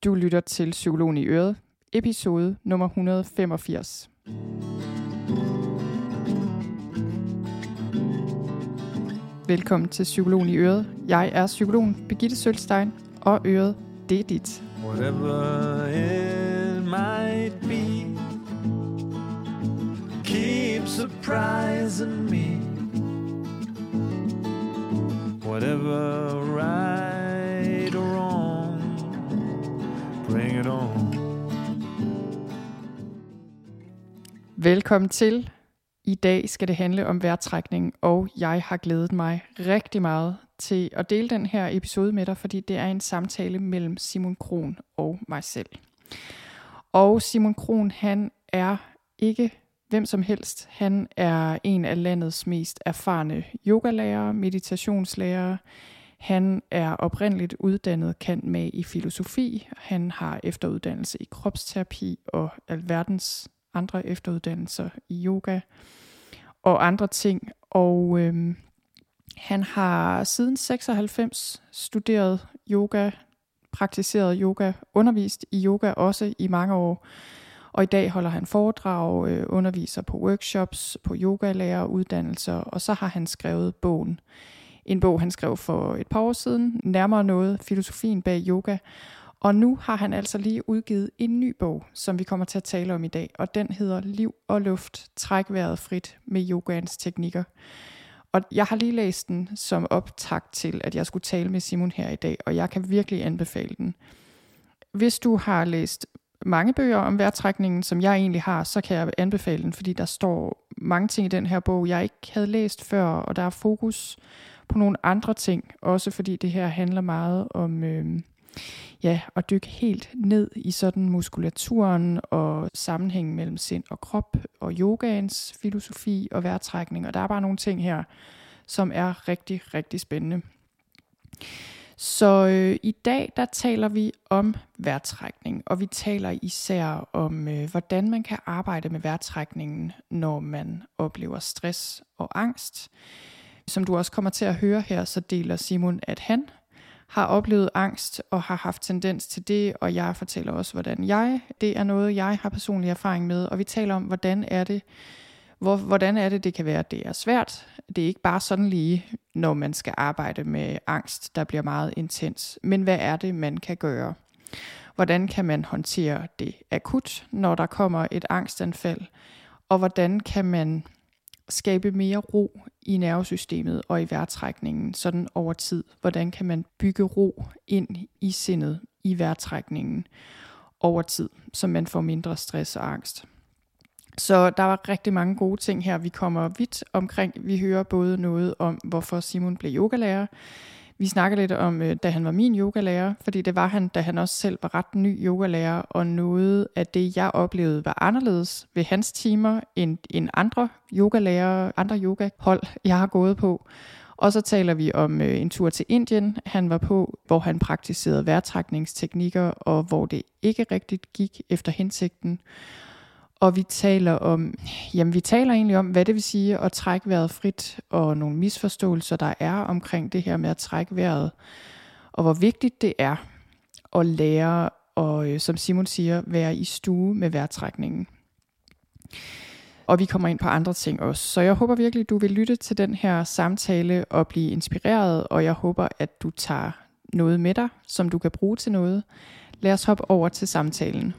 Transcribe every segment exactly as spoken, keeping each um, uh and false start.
Du lytter til Psykologen i Øret, episode nummer et hundrede og femogfirs. Velkommen til Psykologen i Øret. Jeg er psykologen Birgitte Sølstein, og Øret, det er dit. Whatever it might be, keep surprising me. Whatever right or wrong, bring it on. Velkommen til. I dag skal det handle om vejrtrækning, og jeg har glædet mig rigtig meget til at dele den her episode med dig, fordi det er en samtale mellem Simon Krohn og mig selv. Og Simon Krohn, han er ikke hvem som helst. Han er en af landets mest erfarne yogalærere, meditationslærere. Han er oprindeligt uddannet cand. mag. i filosofi. Han har efteruddannelse i kropsterapi og alverdens andre efteruddannelser i yoga og andre ting. Og øhm, han har siden seksoghalvfems studeret yoga, praktiseret yoga, undervist i yoga også i mange år. Og i dag holder han foredrag, øh, underviser på workshops, på yogalæreruddannelser, og så har han skrevet bogen. En bog, han skrev for et par år siden, nærmere noget, filosofien bag yoga. Og nu har han altså lige udgivet en ny bog, som vi kommer til at tale om i dag, og den hedder Liv og luft, træk vejret frit med yogaens teknikker. Og jeg har lige læst den som optakt til, at jeg skulle tale med Simon her i dag, og jeg kan virkelig anbefale den. Hvis du har læst mange bøger om vejrtrækningen, som jeg egentlig har, så kan jeg anbefale den, fordi der står mange ting i den her bog, jeg ikke havde læst før, og der er fokus på nogle andre ting, også fordi det her handler meget om øh, ja, at dykke helt ned i sådan muskulaturen og sammenhængen mellem sind og krop, og yogaens filosofi og vejrtrækning, og der er bare nogle ting her, som er rigtig, rigtig spændende. Så øh, i dag, der taler vi om vejrtrækning, og vi taler især om, øh, hvordan man kan arbejde med vejrtrækningen, når man oplever stress og angst. Som du også kommer til at høre her, så deler Simon, at han har oplevet angst og har haft tendens til det, og jeg fortæller også, hvordan jeg, det er noget, jeg har personlig erfaring med, og vi taler om, hvordan er det, hvor, hvordan er det, det kan være, at det er svært. Det er ikke bare sådan lige, når man skal arbejde med angst, der bliver meget intens, men hvad er det, man kan gøre? Hvordan kan man håndtere det akut, når der kommer et angstanfald, og hvordan kan man skabe mere ro i nervesystemet og i vejrtrækningen, sådan over tid. Hvordan kan man bygge ro ind i sindet i vejrtrækningen over tid, så man får mindre stress og angst. Så der var rigtig mange gode ting her, vi kommer vidt omkring. Vi hører både noget om, hvorfor Simon blev yogalærer. Vi snakker lidt om, da han var min yogalærer, fordi det var han, da han også selv var ret ny yogalærer, og noget af det, jeg oplevede, var anderledes ved hans timer end, end andre yogalærer, andre yogahold, jeg har gået på. Og så taler vi om øh, en tur til Indien, han var på, hvor han praktiserede vejrtrækningsteknikker, og hvor det ikke rigtigt gik efter hensigten. Og vi taler om, jamen vi taler egentlig om, hvad det vil sige at trække vejret frit, og nogle misforståelser, der er omkring det her med at trække vejret, og hvor vigtigt det er at lære, og som Simon siger, være i stue med vejrtrækningen. Og vi kommer ind på andre ting også. Så jeg håber virkelig, du vil lytte til den her samtale og blive inspireret, og jeg håber, at du tager noget med dig, som du kan bruge til noget. Lad os hoppe over til samtalen.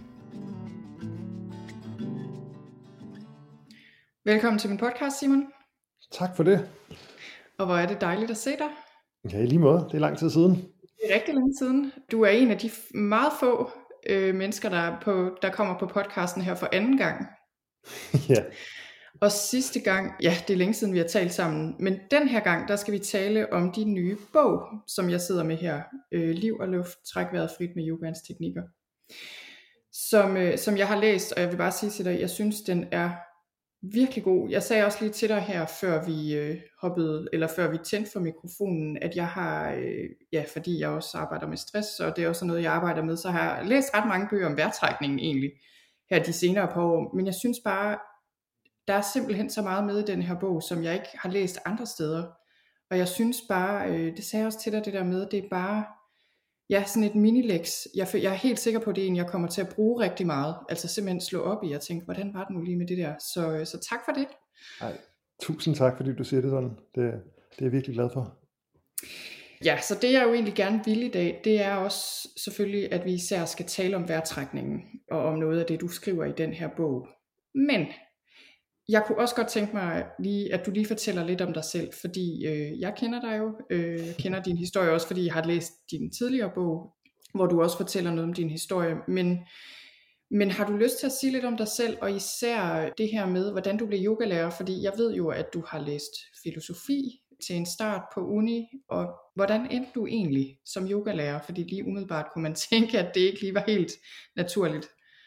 Velkommen til min podcast, Simon. Tak for det. Og hvor er det dejligt at se dig. Ja, i lige måde. Det er lang tid siden. Det er rigtig lang siden. Du er en af de meget få øh, mennesker, der, er på, der kommer på podcasten her for anden gang. Ja. Og sidste gang, ja, det er længe siden, vi har talt sammen. Men den her gang, der skal vi tale om din nye bog, som jeg sidder med her. Øh, Liv og luft, træk vejret frit med yogaens teknikker. Som, øh, som jeg har læst, og jeg vil bare sige til dig, jeg synes, den er virkelig god. Jeg sagde også lige til dig her, før vi øh, hoppede, eller før vi tændte for mikrofonen, at jeg har, øh, ja, fordi jeg også arbejder med stress, og det er også noget, jeg arbejder med, så har jeg læst ret mange bøger om vejrtrækningen egentlig, her de senere par år. Men jeg synes bare, der er simpelthen så meget med i den her bog, som jeg ikke har læst andre steder. Og jeg synes bare, øh, det sagde jeg også til dig, det der med, det er bare, ja, sådan et minileks. Jeg, jeg er helt sikker på, at det er en, jeg kommer til at bruge rigtig meget. Altså simpelthen slå op i og tænke, hvordan var det nu lige med det der? Så, så tak for det. Ej, tusind tak, fordi du siger det sådan. Det, det er jeg virkelig glad for. Ja, så det jeg jo egentlig gerne vil i dag, det er også selvfølgelig, at vi især skal tale om vejrtrækningen, og om noget af det, du skriver i den her bog. Men jeg kunne også godt tænke mig, lige, at du lige fortæller lidt om dig selv, fordi øh, jeg kender dig jo, øh, jeg kender din historie også, fordi jeg har læst din tidligere bog, hvor du også fortæller noget om din historie, men, men har du lyst til at sige lidt om dig selv, og især det her med, hvordan du blev yogalærer, fordi jeg ved jo, at du har læst filosofi til en start på uni, og hvordan endte du egentlig som yogalærer, fordi lige umiddelbart kunne man tænke, at det ikke lige var helt naturligt.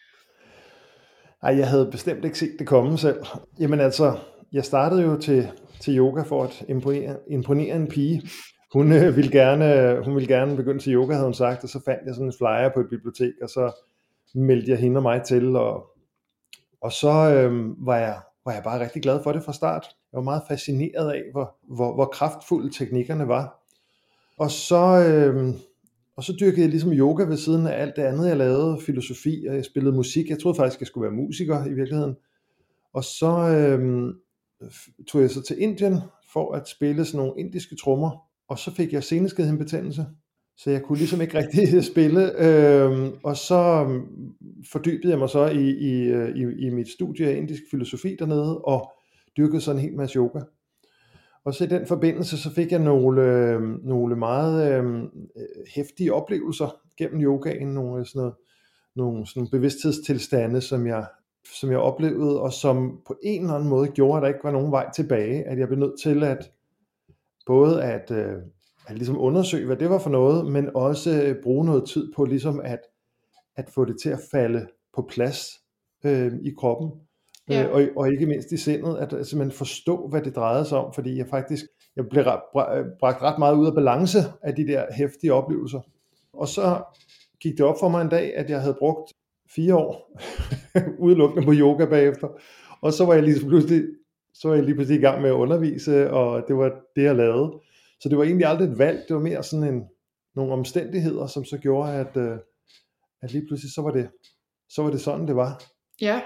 Ej, jeg havde bestemt ikke set det komme selv. Jamen altså, jeg startede jo til, til yoga for at imponere, imponere en pige. Hun, øh, ville gerne, hun ville gerne begynde til yoga, havde hun sagt, og så fandt jeg sådan en flyer på et bibliotek, og så meldte jeg hende og mig til, og, og så øh, var, jeg, var jeg bare rigtig glad for det fra start. Jeg var meget fascineret af, hvor, hvor, hvor kraftfulde teknikkerne var. Og så... Øh, Og så dyrkede jeg ligesom yoga ved siden af alt det andet, jeg lavede, filosofi, og jeg spillede musik. Jeg troede faktisk, jeg skulle være musiker i virkeligheden. Og så øhm, tog jeg så til Indien for at spille sådan nogle indiske trommer. Og så fik jeg seneskedhindebetændelse, så jeg kunne ligesom ikke rigtig spille. Øhm, og så fordybede jeg mig så i, i, i, i mit studie af indisk filosofi dernede, og dyrkede sådan en hel masse yoga. Og så i den forbindelse, så fik jeg nogle, øh, nogle meget øh, heftige oplevelser gennem yogaen, nogle sådan noget, nogle sådan bevidsthedstilstande, som jeg, som jeg oplevede, og som på en eller anden måde gjorde, at der ikke var nogen vej tilbage, at jeg blev nødt til at både at, øh, at ligesom undersøge, hvad det var for noget, men også bruge noget tid på ligesom at, at få det til at falde på plads øh, i kroppen. Ja. Øh, og, og ikke mindst i sindet, at, at simpelthen forstå, hvad det drejede sig om, fordi jeg faktisk jeg blev bragt ret meget ud af balance af de der heftige oplevelser. Og så gik det op for mig en dag, at jeg havde brugt fire år udelukkende på yoga bagefter, og så var jeg lige pludselig, så var jeg lige pludselig i gang med at undervise, og det var det, jeg lavede. Så det var egentlig aldrig et valg, det var mere sådan en, nogle omstændigheder, som så gjorde, at, at lige pludselig så var det, så var det sådan, det var. Ja.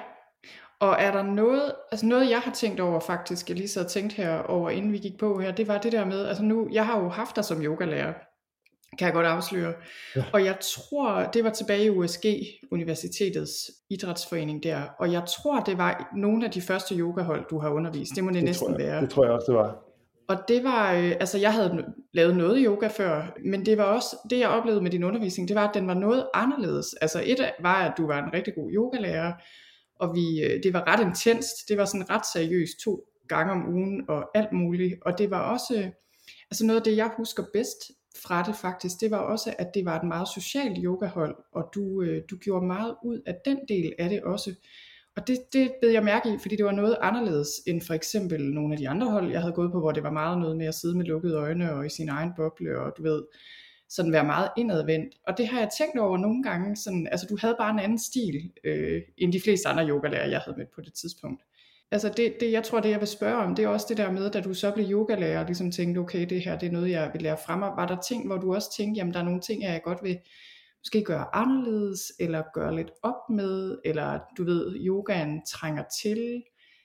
Og er der noget, altså noget jeg har tænkt over faktisk, jeg lige så tænkt herover, inden vi gik på her, det var det der med, altså nu, jeg har jo haft dig som yogalærer, kan jeg godt afsløre, ja. Og jeg tror, det var tilbage i U S G, Universitetets idrætsforening der, og jeg tror, det var nogle af de første yogahold, du har undervist, det må det, det næsten tror jeg, være. Det tror jeg også, det var. Og det var, øh, altså jeg havde lavet noget yoga før, men det var også, det jeg oplevede med din undervisning, det var, at den var noget anderledes. Altså et var, at du var en rigtig god yogalærer, og vi, det var ret intenst, det var sådan ret seriøst to gange om ugen og alt muligt, og det var også, altså noget af det jeg husker bedst fra det faktisk, det var også, at det var et meget socialt yogahold, og du, du gjorde meget ud af den del af det også, og det, det bed jeg mærke i, fordi det var noget anderledes end for eksempel nogle af de andre hold, jeg havde gået på, hvor det var meget noget med at sidde med lukkede øjne og i sin egen boble, og du ved, sådan være meget indadvendt, og det har jeg tænkt over nogle gange, sådan, altså du havde bare en anden stil, øh, end de fleste andre yogalærer, jeg havde mødt på det tidspunkt. Altså det, det, jeg tror det jeg vil spørge om, det er også det der med, da du så blev yogalærer, ligesom tænkte, okay, det her det er noget jeg vil lære frem, og var der ting, hvor du også tænkte, jamen der er nogle ting, jeg godt vil måske gøre anderledes, eller gøre lidt op med, eller du ved, yogaen trænger til.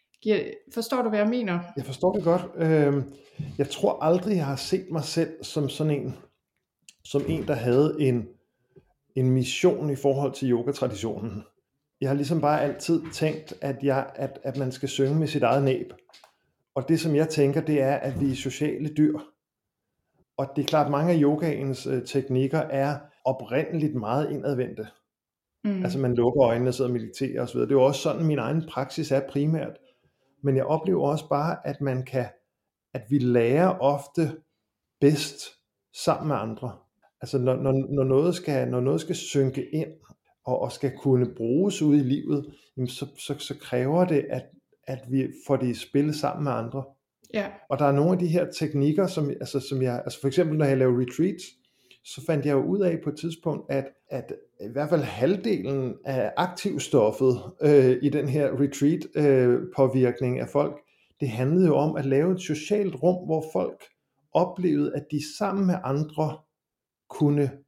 Forstår du hvad jeg mener? Jeg forstår det godt. Jeg tror aldrig jeg har set mig selv som sådan en, som en, der havde en, en mission i forhold til yogatraditionen. Jeg har ligesom bare altid tænkt, at, jeg, at, at man skal synge med sit eget næb. Og det, som jeg tænker, det er, at vi er sociale dyr. Og det er klart, at mange af yogaens øh, teknikker er oprindeligt meget indadvendte. Mm. Altså man lukker øjnene og sidder og mediterer osv. Det er jo også sådan, min egen praksis er primært. Men jeg oplever også bare, at man kan, at vi lærer ofte bedst sammen med andre. Altså når, når, når, noget, skal, når noget skal synke ind, og, og skal kunne bruges ude i livet, jamen så, så, så kræver det, at, at vi får det i spil sammen med andre. Ja. Og der er nogle af de her teknikker, som, altså, som jeg, altså for eksempel når jeg laver retreats, så fandt jeg jo ud af på et tidspunkt, at, at i hvert fald halvdelen af aktivstoffet øh, i den her retreat øh, påvirkning af folk, det handlede jo om at lave et socialt rum, hvor folk oplevede, at de sammen med andre kunne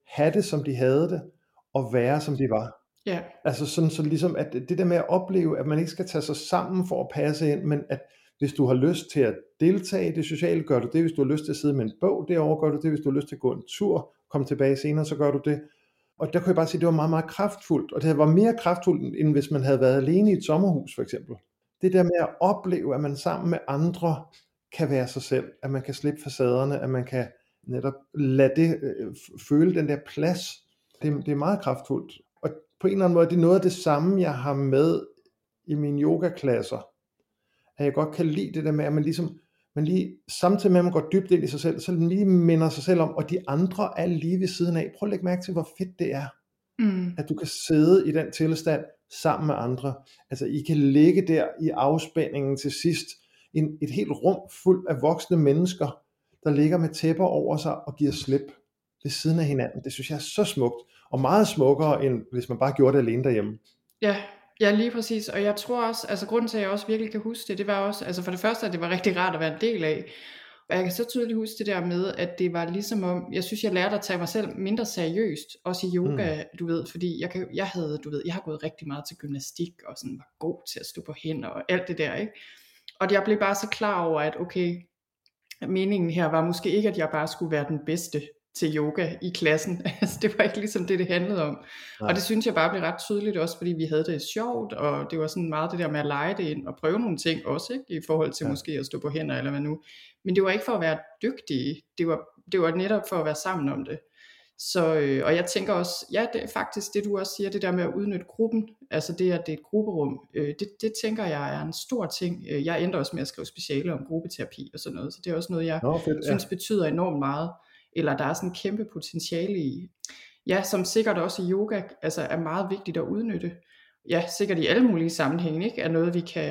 have det, som de havde det, og være, som de var. Ja. Altså sådan, så ligesom, at det der med at opleve, at man ikke skal tage sig sammen for at passe ind, men at hvis du har lyst til at deltage i det sociale, gør du det. Hvis du har lyst til at sidde med en bog derovre, gør du det. Hvis du har lyst til at gå en tur, komme tilbage senere, så gør du det. Og der kunne jeg bare sige, at det var meget, meget kraftfuldt. Og det var mere kraftfuldt, end hvis man havde været alene i et sommerhus, for eksempel. Det der med at opleve, at man sammen med andre kan være sig selv. At man kan slippe facaderne, at man kan netop lade det øh, føle den der plads. Det, det er meget kraftfuldt. Og på en eller anden måde, det er noget af det samme, jeg har med i mine yogaklasser. At jeg godt kan lide det der med, at man ligesom, man lige, samtidig med at man går dybt ind i sig selv, så lige minder sig selv om, og de andre er lige ved siden af. Prøv at lægge mærke til, hvor fedt det er, mm. at du kan sidde i den tilstand sammen med andre. Altså I kan ligge der i afspændingen til sidst, en, et helt rum fuld af voksne mennesker, der ligger med tæpper over sig og giver slip ved siden af hinanden. Det synes jeg er så smukt, og meget smukkere, end hvis man bare gjorde det alene derhjemme. Ja, ja, lige præcis. Og jeg tror også, altså grunden til, at jeg også virkelig kan huske det, det var også, altså for det første, at det var rigtig rart at være en del af. Og jeg kan så tydeligt huske det der med, at det var ligesom om, jeg synes, jeg lærte at tage mig selv mindre seriøst, også i yoga, mm. du ved, fordi jeg, kan, jeg havde, du ved, jeg har gået rigtig meget til gymnastik, og sådan var god til at stå på hænder, og alt det der, ikke? Og jeg blev bare så klar over, at okay, meningen her var måske ikke, at jeg bare skulle være den bedste til yoga i klassen. Altså, det var ikke ligesom det, det handlede om. Nej. Og det synes jeg bare blev ret tydeligt også, fordi vi havde det sjovt, og det var sådan meget det der med at lege det ind, og prøve nogle ting også, ikke? I forhold til ja. Måske at stå på hænder, eller hvad nu. Men det var ikke for at være dygtige, det var, det var netop for at være sammen om det. Så, øh, og jeg tænker også, ja, det er faktisk det du også siger, det der med at udnytte gruppen, altså det at det er et grupperum, øh, det, det tænker jeg er en stor ting. Jeg endte også med at skrive speciale om gruppeterapi og sådan noget, så det er også noget, jeg Nå, fedt, synes ja. betyder enormt meget, eller der er sådan en kæmpe potentiale i, ja, som sikkert også i yoga, altså er meget vigtigt at udnytte, ja, sikkert i alle mulige sammenhænge, ikke, er noget vi kan,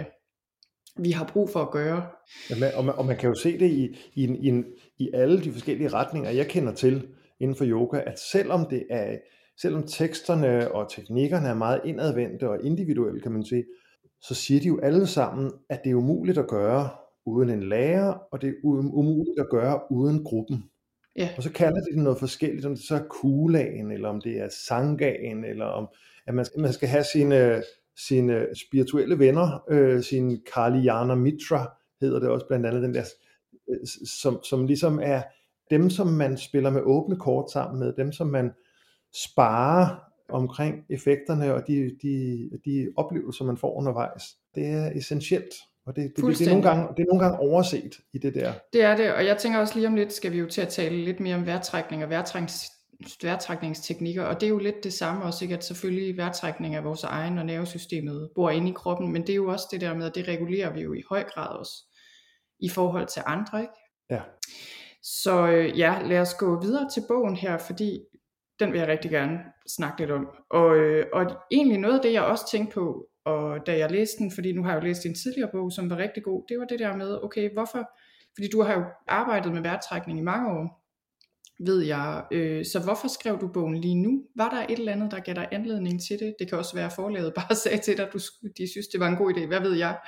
vi har brug for at gøre. Ja, og, man, og man kan jo se det i, i, i, i alle de forskellige retninger, jeg kender til, inden for yoga, at selvom det er, selvom teksterne og teknikkerne er meget indadvendte og individuelle, kan man sige, så siger de jo alle sammen, at det er umuligt at gøre uden en lærer, og det er umuligt at gøre uden gruppen. Ja. Og så kalder de det noget forskelligt, om det så er kulaen, eller om det er sangaen, eller om at man skal, man skal have sine, sine spirituelle venner, øh, sine Kalyana Mitra, hedder det også blandt andet, den der, som, som ligesom er dem, som man spiller med åbne kort sammen med, dem, som man sparer omkring effekterne og de, de, de oplevelser, man får undervejs. Det er essentielt, og det, det, det, det, er, nogle gange, det er nogle gange overset i det der. Det er det, og jeg tænker også lige om lidt, skal vi jo til at tale lidt mere om vejrtrækning og vejrtræknings, vejrtrækningsteknikker, og det er jo lidt det samme også, ikke? At selvfølgelig vejrtrækning af vores egen, og nervesystemet bor inde i kroppen, men det er jo også det der med, at det regulerer vi jo i høj grad også, i forhold til andre, ikke? Ja. Så øh, ja, lad os gå videre til bogen her, fordi den vil jeg rigtig gerne snakke lidt om. Og, øh, og egentlig noget af det, jeg også tænkte på, og da jeg læste den, fordi nu har jeg jo læst en tidligere bog, som var rigtig god, det var det der med, okay, hvorfor? Fordi du har jo arbejdet med vejrtrækning i mange år, ved jeg. Øh, så hvorfor skrev du bogen lige nu? Var der et eller andet, der gav dig anledning til det? Det kan også være, forlaget bare sagde til dig, at du, de synes, det var en god idé. Hvad ved jeg?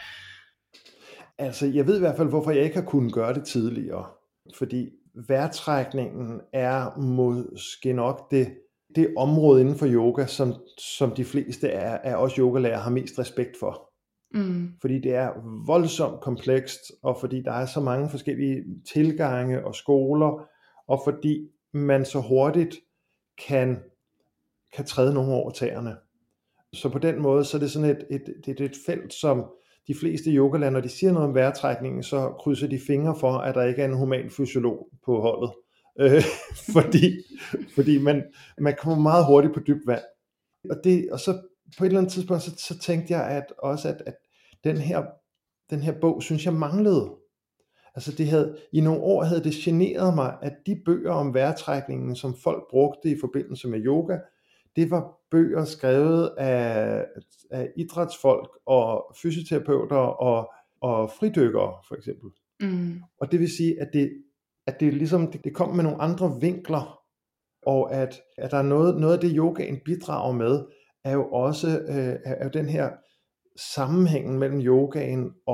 Altså, jeg ved i hvert fald, hvorfor jeg ikke har kunnet gøre det tidligere. Fordi vejrtrækningen er måske nok det, det område inden for yoga, som, som de fleste af, af os yogalærere har mest respekt for. Mm. Fordi det er voldsomt komplekst, og fordi der er så mange forskellige tilgange og skoler, og fordi man så hurtigt kan, kan træde nogle over tæerne. Så på den måde, så er det sådan et, et, et, et felt, som de fleste yogalærere, når de siger noget om vejrtrækningen, så krydser de fingre for, at der ikke er en human fysiolog på holdet. Øh, fordi fordi man, man kommer meget hurtigt på dybt vand. Og, det, og så på et eller andet tidspunkt, så, så tænkte jeg at også, at, at den, her, den her bog, synes jeg manglede. Altså det havde, i nogle år havde det generet mig, at de bøger om vejrtrækningen, som folk brugte i forbindelse med yoga, det var bøger skrevet af, af idrætsfolk og fysioterapeuter og, og fridykkere for eksempel. Mm. Og det vil sige, at det, at det ligesom det, det kom med nogle andre vinkler, og at, at der er noget, noget af det yogaen bidrager med, er jo også øh, er jo den her sammenhængen mellem yogaen og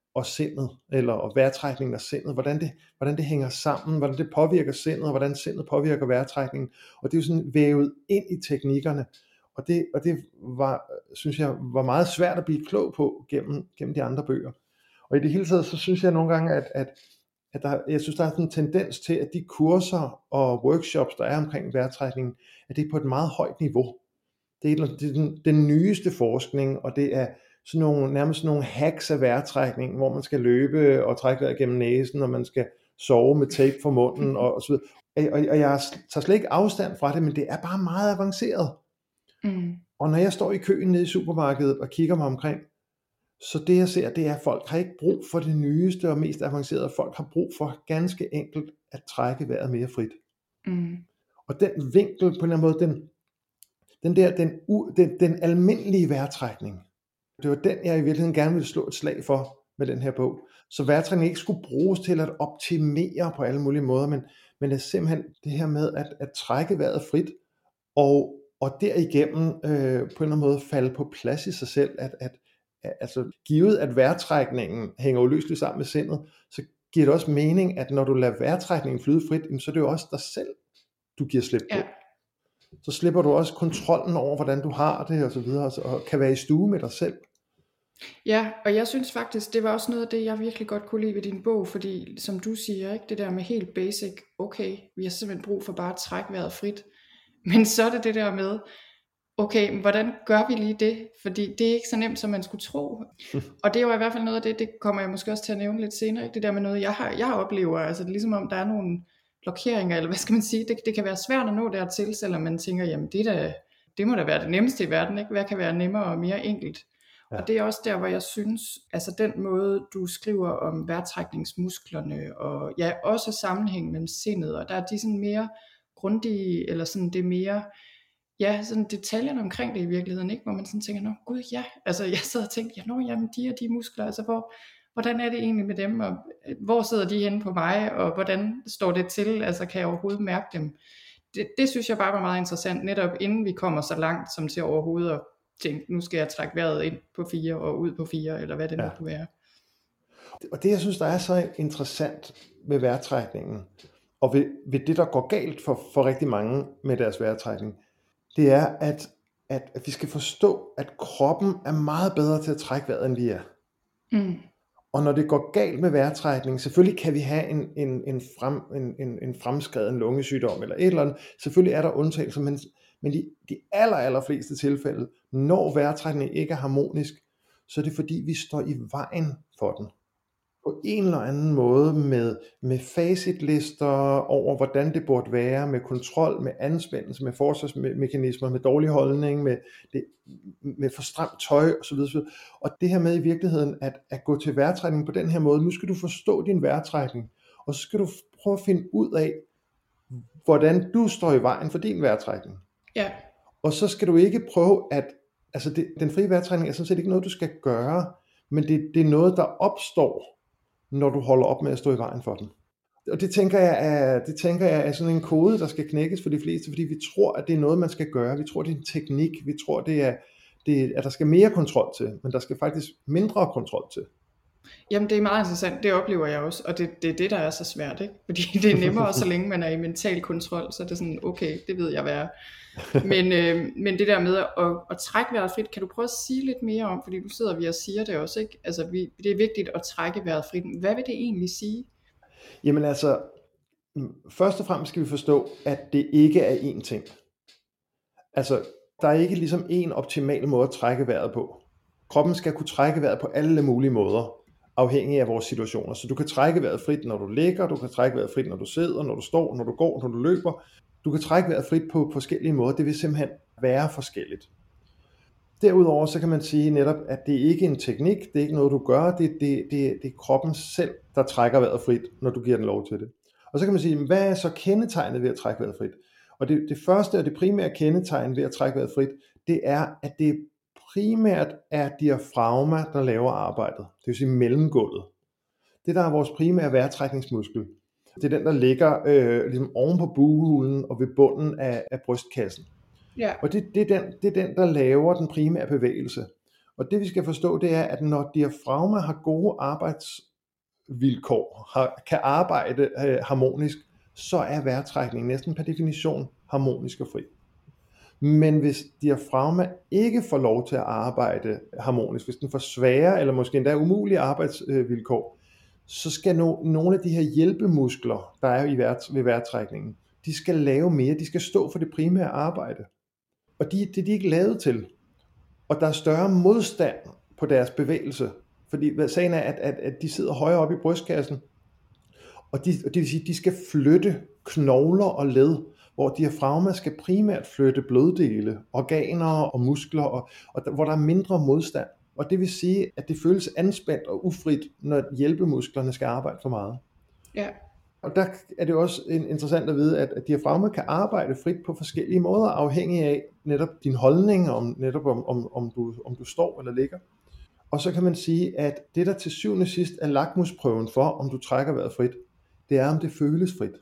og sindet, eller og vejrtrækningen og sindet, hvordan det, hvordan det hænger sammen, hvordan det påvirker sindet, og hvordan sindet påvirker vejrtrækningen. Og det er jo sådan vævet ind i teknikkerne. Og det, og det var, synes jeg, var meget svært at blive klog på gennem, gennem de andre bøger. Og i det hele taget, så synes jeg nogle gange, at, at, at der, jeg synes, der er sådan en tendens til, at de kurser og workshops, der er omkring vejrtrækningen, at det er på et meget højt niveau. Det er, det er den, den nyeste forskning, og det er sådan nogle, nærmest nogle hacks af vejrtrækning, hvor man skal løbe og trække vejret gennem næsen, og man skal sove med tape for munden, og, og så videre. Og, og jeg tager slet ikke afstand fra det, men det er bare meget avanceret. Mm. Og når jeg står i køen nede i supermarkedet og kigger mig omkring, så det jeg ser, det er, at folk har ikke brug for det nyeste og mest avancerede. Folk har brug for ganske enkelt at trække vejret mere frit. Mm. Og den vinkel på en måde, den, den der, den, den, den almindelige vejrtrækning, det var den, jeg i virkeligheden gerne ville slå et slag for med den her bog. Så vejrtrækning ikke skulle bruges til at optimere på alle mulige måder, men, men det er simpelthen det her med at, at trække vejret frit, og, og derigennem øh, på en eller anden måde falde på plads i sig selv, at, at, at altså, givet at vejrtrækningen hænger uløseligt sammen med sindet, så giver det også mening, at når du lader vejrtrækningen flyde frit, så er det jo også dig selv, du giver slip på. Ja. Så slipper du også kontrollen over, hvordan du har det, og så videre, og kan være i stue med dig selv. Ja, og jeg synes faktisk, det var også noget af det, jeg virkelig godt kunne lide ved din bog, fordi som du siger, ikke, det der med helt basic, okay, vi har simpelthen brug for bare at trække vejret frit, men så er det det der med, okay, hvordan gør vi lige det, fordi det er ikke så nemt, som man skulle tro, og det er jo i hvert fald noget af det, det kommer jeg måske også til at nævne lidt senere, ikke? Det der med noget, jeg, har, jeg oplever, altså det er ligesom om, der er nogle blokeringer, eller hvad skal man sige, det, det kan være svært at nå dertil, selvom man tænker, jamen det, der, det må da være det nemmeste i verden, ikke? Hvad kan være nemmere og mere enkelt? Ja. Og det er også der, hvor jeg synes, altså den måde, du skriver om vejrtrækningsmusklerne, og ja, også sammenhæng mellem sindet, og der er de sådan mere grundige, eller sådan det mere, ja, sådan detaljerne omkring det i virkeligheden, ikke? Hvor man sådan tænker, nå gud ja, altså jeg sad og tænkte, ja, nå jamen de og de muskler, altså hvor, hvordan er det egentlig med dem, og hvor sidder de henne på mig, og hvordan står det til, altså kan jeg overhovedet mærke dem? Det, det synes jeg bare var meget interessant, netop inden vi kommer så langt, som til overhovedet at tænke, nu skal jeg trække vejret ind på fire, og ud på fire, eller hvad det ja. nu kunne være. Og det jeg synes, der er så interessant med vejrtrækningen, og ved, ved det, der går galt for, for rigtig mange med deres vejrtrækning, det er, at, at, at vi skal forstå, at kroppen er meget bedre til at trække vejret, end vi er. Mm. Og når det går galt med vejrtrækning, selvfølgelig kan vi have en, en, en, frem, en, en, en fremskreden lungesygdom, eller et eller andet. Selvfølgelig er der undtagelser, men, men i de aller, aller fleste tilfælde, når vejrtrækningen ikke er harmonisk, så er det fordi, vi står i vejen for den. På en eller anden måde med, med facitlister over, hvordan det burde være, med kontrol, med anspændelse, med forsvarsmekanismer, med dårlig holdning, med, det, med for stramt tøj osv. Og det her med i virkeligheden at, at gå til vejrtrækning på den her måde, nu skal du forstå din vejrtrækning, og så skal du prøve at finde ud af, hvordan du står i vejen for din vejrtrækning. Ja. Og så skal du ikke prøve at, altså det, den frie vejrtrækning er sådan set ikke noget, du skal gøre, men det, det er noget, der opstår, når du holder op med at stå i vejen for den. Og det tænker jeg er, det tænker jeg er sådan en kode, der skal knækkes for de fleste, fordi vi tror, at det er noget, man skal gøre. Vi tror, det er en teknik. Vi tror, det er, det, at der skal mere kontrol til, men der skal faktisk mindre kontrol til. Jamen det er meget interessant, det oplever jeg også, og det, det er det, der er så svært, ikke? Fordi det er nemmere, så længe man er i mental kontrol, så er det sådan, okay, det ved jeg hvad er. Men, øh, men det der med at, at trække vejret frit, kan du prøve at sige lidt mere om, fordi du sidder vi og siger det også, ikke? Altså vi, det er vigtigt at trække vejret frit. Hvad vil det egentlig sige? Jamen altså, først og fremmest skal vi forstå, at det ikke er én ting. Altså, der er ikke ligesom en optimal måde at trække vejret på. Kroppen skal kunne trække vejret på alle mulige måder, afhængig af vores situationer. Så du kan trække vejret frit, når du ligger, du kan trække vejret frit, når du sidder, når du står, når du går, når du løber. Du kan trække vejret frit på forskellige måder. Det vil simpelthen være forskelligt. Derudover så kan man sige netop, at det ikke er en teknik, det er ikke noget, du gør, det, det, det, det er kroppen selv, der trækker vejret frit, når du giver den lov til det. Og så kan man sige, hvad er så kendetegnet ved at trække vejret frit? Og det, det første og det primære kendetegn ved at trække vejret frit, det er, at det primært er diafragma, der laver arbejdet. Det vil sige mellemgulvet. Det der er vores primære vejrtrækningsmuskel. Det er den, der ligger øh, ligesom oven på bughulen og ved bunden af, af brystkassen. Ja. Og det, det, er den, det er den, der laver den primære bevægelse. Og det vi skal forstå, det er, at når diafragma har gode arbejdsvilkår, har, kan arbejde øh, harmonisk, så er vejrtrækning næsten per definition harmonisk og fri. Men hvis diafragma ikke får lov til at arbejde harmonisk, hvis den får svære eller måske endda umulige arbejdsvilkår, så skal no, nogle af de her hjælpemuskler, der er i vært, ved vejrtrækningen, de skal lave mere, de skal stå for det primære arbejde. Og det de er de ikke lavet til. Og der er større modstand på deres bevægelse, fordi sagen er, at, at, at de sidder højere oppe i brystkassen, og, de, og det vil sige, at de skal flytte knogler og led, hvor diafragma skal primært flytte bloddele, organer og muskler, og, og der, hvor der er mindre modstand. Og det vil sige, at det føles anspændt og ufrit, når hjælpemusklerne skal arbejde for meget. Ja. Og der er det også interessant at vide, at diafragma kan arbejde frit på forskellige måder, afhængig af netop din holdning, om, netop om, om, om, du, om du står eller ligger. Og så kan man sige, at det der til syvende og sidst er lakmusprøven for, om du trækker vejret frit, det er, om det føles frit.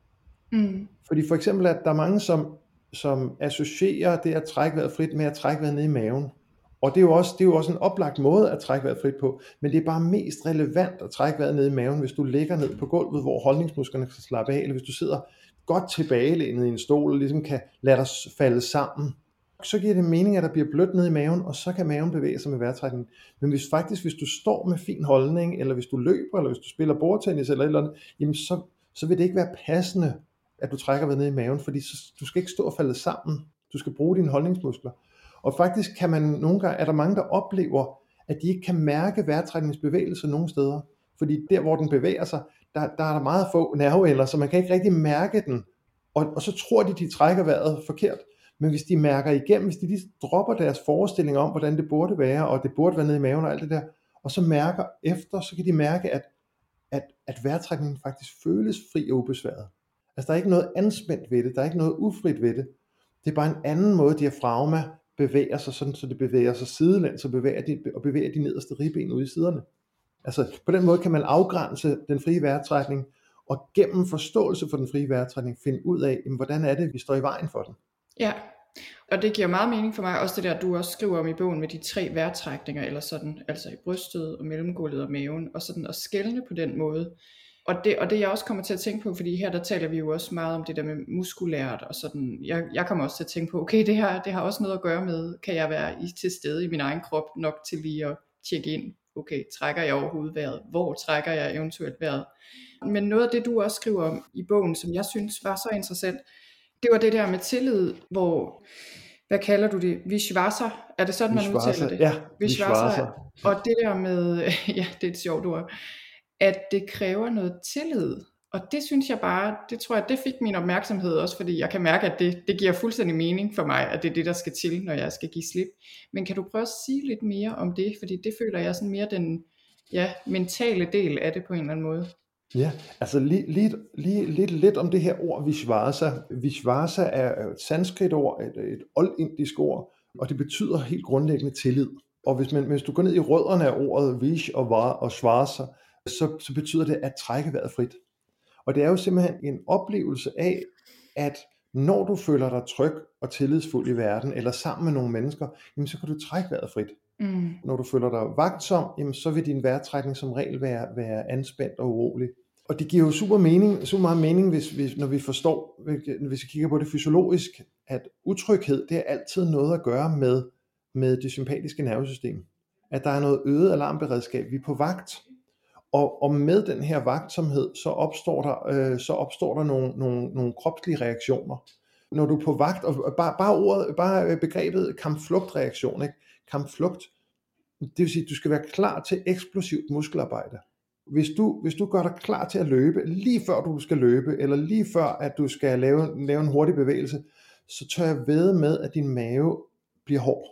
Mm. Fordi for eksempel, at der er mange, som, som associerer det at trække vejret frit med at trække vejret ned i maven. Og det er, jo også, det er jo også en oplagt måde at trække vejret frit på, men det er bare mest relevant at trække vejret ned i maven, hvis du ligger ned på gulvet, hvor holdningsmusklerne kan slappe af, eller hvis du sidder godt tilbagelænet i en stol, og ligesom kan lade dig falde sammen. Så giver det mening, at der bliver blødt ned i maven, og så kan maven bevæge sig med vejrtrækningen. Men hvis faktisk, hvis du står med fin holdning, eller hvis du løber, eller hvis du spiller bordtennis, eller et eller andet, jamen så, så vil det ikke være passende, at du trækker vejret ned i maven, fordi så, du skal ikke stå og falde sammen. Du skal bruge dine holdningsmuskler. Og faktisk kan man nogle gange, er der mange, der oplever, at de ikke kan mærke vejrtrækningsbevægelser nogen steder. Fordi der, hvor den bevæger sig, der, der er der meget få nerveender, så man kan ikke rigtig mærke den. Og, og så tror de, de trækker vejret forkert. Men hvis de mærker igennem, hvis de lige dropper deres forestilling om, hvordan det burde være, og det burde være nede i maven og alt det der, og så mærker efter, så kan de mærke, at, at, at vejrtrækningen faktisk føles fri og ubesværet. Altså der er ikke noget anspændt ved det, der er ikke noget ufrit ved det. Det er bare en anden måde, diafragma bevæger sig sådan, så det bevæger sig sidelæns, så bevæger de, og bevæger de nederste ribben ude i siderne. Altså på den måde kan man afgrænse den frie vejrtrækning, og gennem forståelse for den frie vejrtrækning finde ud af, jamen, hvordan er det, vi står i vejen for den. Ja, og det giver meget mening for mig, også det der, du også skriver om i bogen med de tre vejrtrækninger, eller sådan, altså i brystet og mellemgulvet og maven, og sådan at skelne på den måde. Og det, og det jeg også kommer til at tænke på, fordi her der taler vi jo også meget om det der med muskulært, og sådan, jeg, jeg kommer også til at tænke på, okay, det her, det har også noget at gøre med, kan jeg være i, til stede i min egen krop nok til lige at tjekke ind, okay, trækker jeg overhovedet vejret, hvor trækker jeg eventuelt vejret. Men noget af det du også skriver om i bogen, som jeg synes var så interessant, det var det der med tillid, hvor, hvad kalder du det, Vishvasa, er det sådan man udtaler det? Ja, Vishvasa. Og det der med, ja, det er et sjovt ord, at det kræver noget tillid, og det synes jeg bare, det tror jeg, det fik min opmærksomhed også, fordi jeg kan mærke, at det, det giver fuldstændig mening for mig, at det er det, der skal til, når jeg skal give slip. Men kan du prøve at sige lidt mere om det, fordi det føler jeg sådan mere den ja, mentale del af det på en eller anden måde. Ja, altså lige, lige, lige lidt, lidt om det her ord Vishvasa. Vishvasa er et sanskrit-ord, et, et oldindisk ord, og det betyder helt grundlæggende tillid. Og hvis, man, hvis du går ned i rødderne af ordet Vish og Var og Svasa, så, så betyder det at trække vejret frit. Og det er jo simpelthen en oplevelse af, at når du føler dig tryg og tillidsfuld i verden, eller sammen med nogle mennesker, jamen så kan du trække vejret frit. Mm. Når du føler dig vagtsom, jamen så vil din vejrtrækning som regel være, være anspændt og urolig. Og det giver jo super mening, super meget mening, hvis, hvis, når vi forstår, hvis vi kigger på det fysiologisk, at utryghed, det er altid noget at gøre med, med det sympatiske nervesystem. At der er noget øget alarmberedskab, vi er på vagt. Og, og med den her vagtsomhed, så opstår der, øh, så opstår der nogle, nogle, nogle kropslige reaktioner. Når du er på vagt, og bare, bare, ordet, bare begrebet kampflugtreaktion, ikke? Kampflugt, det vil sige, at du skal være klar til eksplosivt muskelarbejde. Hvis du, hvis du gør dig klar til at løbe, lige før du skal løbe, eller lige før at du skal lave, lave en hurtig bevægelse, så tør jeg vædde med, at din mave bliver hård.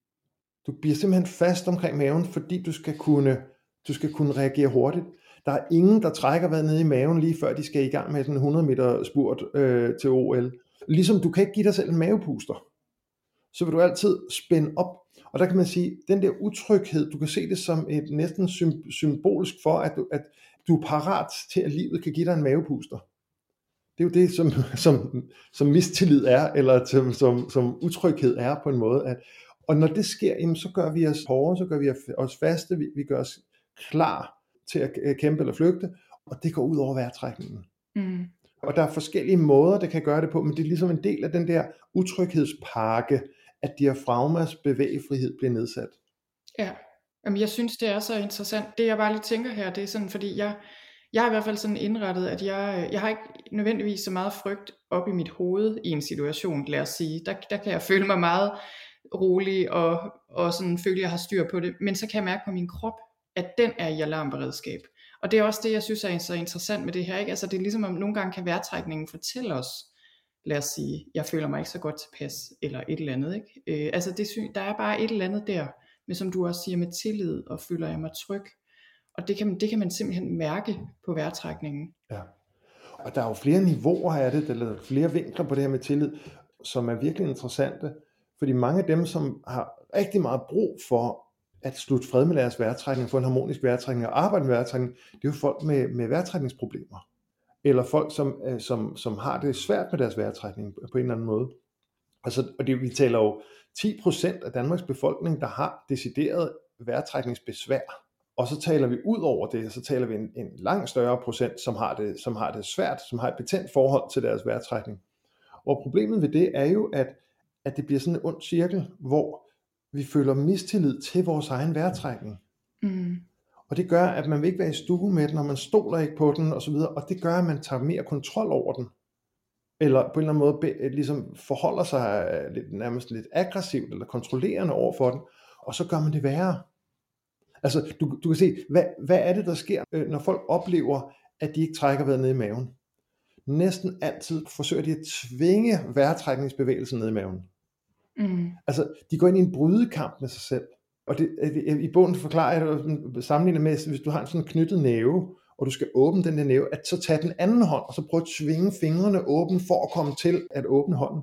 Du bliver simpelthen fast omkring maven, fordi du skal kunne, du skal kunne reagere hurtigt. Der er ingen, der trækker vejret ned i maven, lige før de skal i gang med sådan en hundrede meter spurt øh, til O L. Ligesom du kan ikke give dig selv en mavepuster, så vil du altid spænde op. Og der kan man sige, den der utryghed, du kan se det som et næsten symbolsk for, at du, at du er parat til, at livet kan give dig en mavepuster. Det er jo det, som, som, som mistillid er, eller som, som, som utryghed er på en måde. At, Og når det sker, jamen, så gør vi os hårde, så gør vi os faste, vi, vi gør os klar til at kæmpe eller flygte, og det går ud over vejrtrækningen. Mm. Og der er forskellige måder, det kan gøre det på, men det er ligesom en del af den der utryghedspakke, at diafragmas bevægefrihed bliver nedsat. Ja, jamen, jeg synes, det er så interessant. Det jeg bare lige tænker her, det er sådan, fordi jeg, jeg har i hvert fald sådan indrettet, at jeg, jeg har ikke nødvendigvis så meget frygt op i mit hoved i en situation, lad os sige. Der, der kan jeg føle mig meget rolig og, og sådan føle, at jeg har styr på det. Men så kan jeg mærke på min krop, at den er i alarmberedskab. Og det er også det, jeg synes er så interessant med det her. Ikke? Altså, det er ligesom, om nogle gange kan vejrtrækningen fortælle os, lad os sige, jeg føler mig ikke så godt tilpas, eller et eller andet. Ikke? Øh, altså, det, der er bare et eller andet der, men som du også siger, med tillid, og føler jeg mig tryg. Og det kan, det kan man simpelthen mærke på vejrtrækningen. Ja. Og der er jo flere niveauer af det, eller flere vinkler på det her med tillid, som er virkelig interessante. Fordi mange af dem, som har rigtig meget brug for at slutte fred med deres vejrtrækning, få en harmonisk vejrtrækning og arbejde med vejrtrækning, det er jo folk med, med vejrtrækningsproblemer. Eller folk, som, som, som har det svært med deres vejrtrækning på en eller anden måde. Altså, og det, vi taler jo ti procent af Danmarks befolkning, der har decideret vejrtrækningsbesvær. Og så taler vi ud over det, så taler vi en, en langt større procent, som har, det, som har det svært, som har et betændt forhold til deres vejrtrækning. Og problemet ved det er jo, at, at det bliver sådan en ond cirkel, hvor vi føler mistillid til vores egen vejrtrækning. Mm. Og det gør, at man vil ikke være i stue med den, og man stoler ikke på den, osv. Og det gør, at man tager mere kontrol over den. Eller på en eller anden måde be, ligesom forholder sig lidt, nærmest lidt aggressivt, eller kontrollerende over for den, og så gør man det værre. Altså, du, du kan se, hvad, hvad er det, der sker, når folk oplever, at de ikke trækker vejret ned i maven? Næsten altid forsøger de at tvinge vejrtrækningsbevægelsen ned i maven. Mm. Altså, de går ind i en brydekamp med sig selv. Og det, i bogen forklarer jeg, sammenligner med, hvis du har en sådan knyttet næve, og du skal åbne den der næve, at så tage den anden hånd, og så prøve at tvinge fingrene åbne, for at komme til at åbne hånden.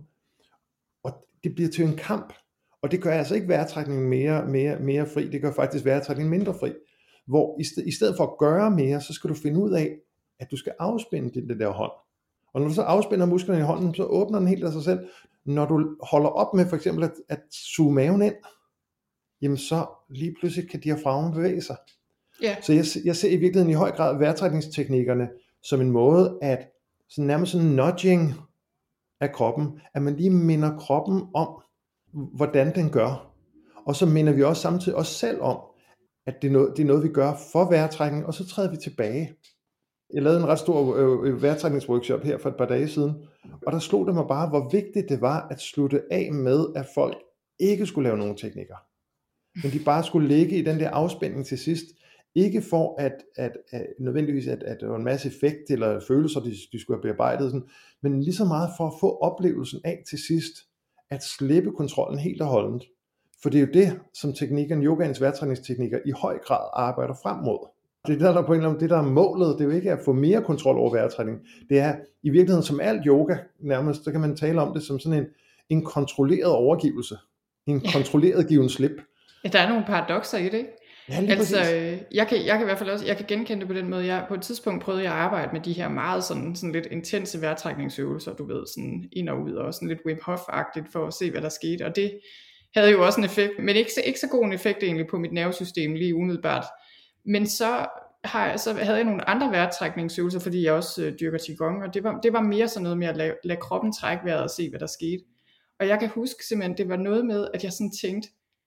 Og det bliver til en kamp. Og det gør altså ikke vejrtrækningen mere, mere, mere fri, det gør faktisk vejrtrækningen mindre fri. Hvor i, sted, i stedet for at gøre mere, så skal du finde ud af, at du skal afspænde den, den der hånd. Og når du så afspænder musklerne i hånden, så åbner den helt af sig selv. Når du holder op med for eksempel at, at suge maven ind, jamen så lige pludselig kan diafragmen bevæge sig. Yeah. Så jeg, jeg ser i virkeligheden i høj grad vejrtrækningsteknikkerne som en måde at sådan nærmest sådan nudging af kroppen, at man lige minder kroppen om, hvordan den gør. Og så minder vi også samtidig os selv om, at det er noget, det er noget vi gør for vejrtrækning, og så træder vi tilbage. Jeg lavede en ret stor øh, vejrtrækningsworkshop her for et par dage siden, og der slog det mig bare, hvor vigtigt det var at slutte af med, at folk ikke skulle lave nogen teknikker. Men de bare skulle ligge i den der afspænding til sidst. Ikke for at, at, at nødvendigvis, at, at der var en masse effekt eller følelser, de, de skulle have bearbejdet, sådan, men lige så meget for at få oplevelsen af til sidst, at slippe kontrollen helt og holdent. For det er jo det, som teknikken, yogaens vejrtrækningsteknikker i høj grad arbejder frem mod. Det er der, der på en eller anden, det der er målet, det er jo ikke at få mere kontrol over vejrtrækning. Det er i virkeligheden som alt yoga, nærmest, så kan man tale om det som sådan en, en kontrolleret overgivelse. En ja. kontrolleret given slip. Ja, der er nogle paradokser i det, ikke? Ja, altså, jeg kan, jeg kan i hvert fald også, jeg kan genkende det på den måde, jeg på et tidspunkt prøvede jeg at arbejde med de her meget sådan, sådan lidt intense vejrtrækningsøvelser, du ved, sådan ind og ud, og sådan lidt Wim Hof-agtigt for at se, hvad der skete, og det havde jo også en effekt, men ikke så, ikke så god en effekt egentlig på mit nervesystem lige umiddelbart, men så, har jeg, så havde jeg nogle andre vejrtrækningsøvelser, fordi jeg også øh, dyrker Qigong, og det var, det var mere sådan noget med at lade, lade kroppen trække vejret og se, hvad der skete, og jeg kan huske simpelthen, det var noget med, at jeg sådan tænkte,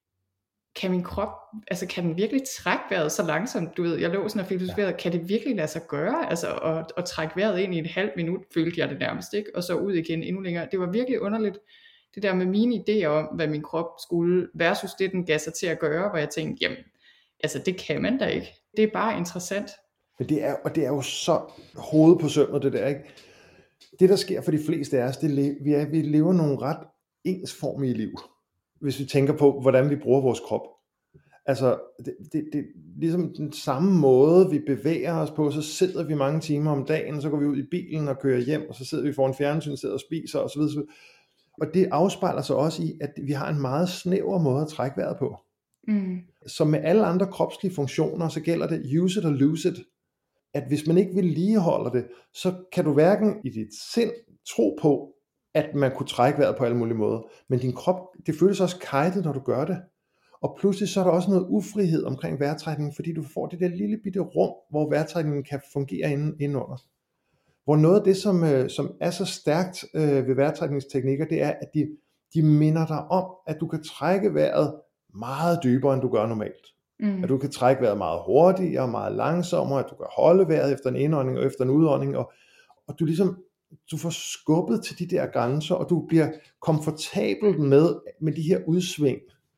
kan min krop, altså kan den virkelig trække vejret så langsomt, du ved, jeg lå sådan og filosoferede, ja. Kan det virkelig lade sig gøre, altså at, at trække vejret ind i et halvt minut, følte jeg det nærmest, ikke, og så ud igen endnu længere, det var virkelig underligt, det der med mine idéer om, hvad min krop skulle, versus det den gav sig til at gøre, hvor jeg tænkte, jamen, altså det kan man da ikke, det er bare interessant. Men det er, og det er jo så hovedet på sømmet, det der, ikke, det der sker for de fleste af os, det vi, er, vi lever nogle ret ensformige liv, hvis vi tænker på, hvordan vi bruger vores krop. Altså, det, det, det er ligesom den samme måde, vi bevæger os på, så sidder vi mange timer om dagen, så går vi ud i bilen og kører hjem, og så sidder vi foran fjernsyn, sidder og spiser osv. Og det afspejler sig også i, at vi har en meget snæver måde at trække vejret på. Mm. Så med alle andre kropslige funktioner, så gælder det use it or lose it. At hvis man ikke vedligeholder det, så kan du hverken i dit sind tro på, at man kunne trække vejret på alle mulige måder. Men din krop, det føles også kajtet, når du gør det. Og pludselig så er der også noget ufrihed omkring vejrtrækningen, fordi du får det der lille bitte rum, hvor vejrtrækningen kan fungere inden, indenunder. Hvor noget af det, som, øh, som er så stærkt øh, ved vejrtrækningsteknikker, det er, at de, de minder dig om, at du kan trække vejret meget dybere, end du gør normalt. Mm. At du kan trække vejret meget hurtigere og meget langsommere, at du kan holde vejret efter en indånding og efter en udånding, og, og du ligesom du får skubbet til de der grænser, og du bliver komfortabel med, med de her udsving.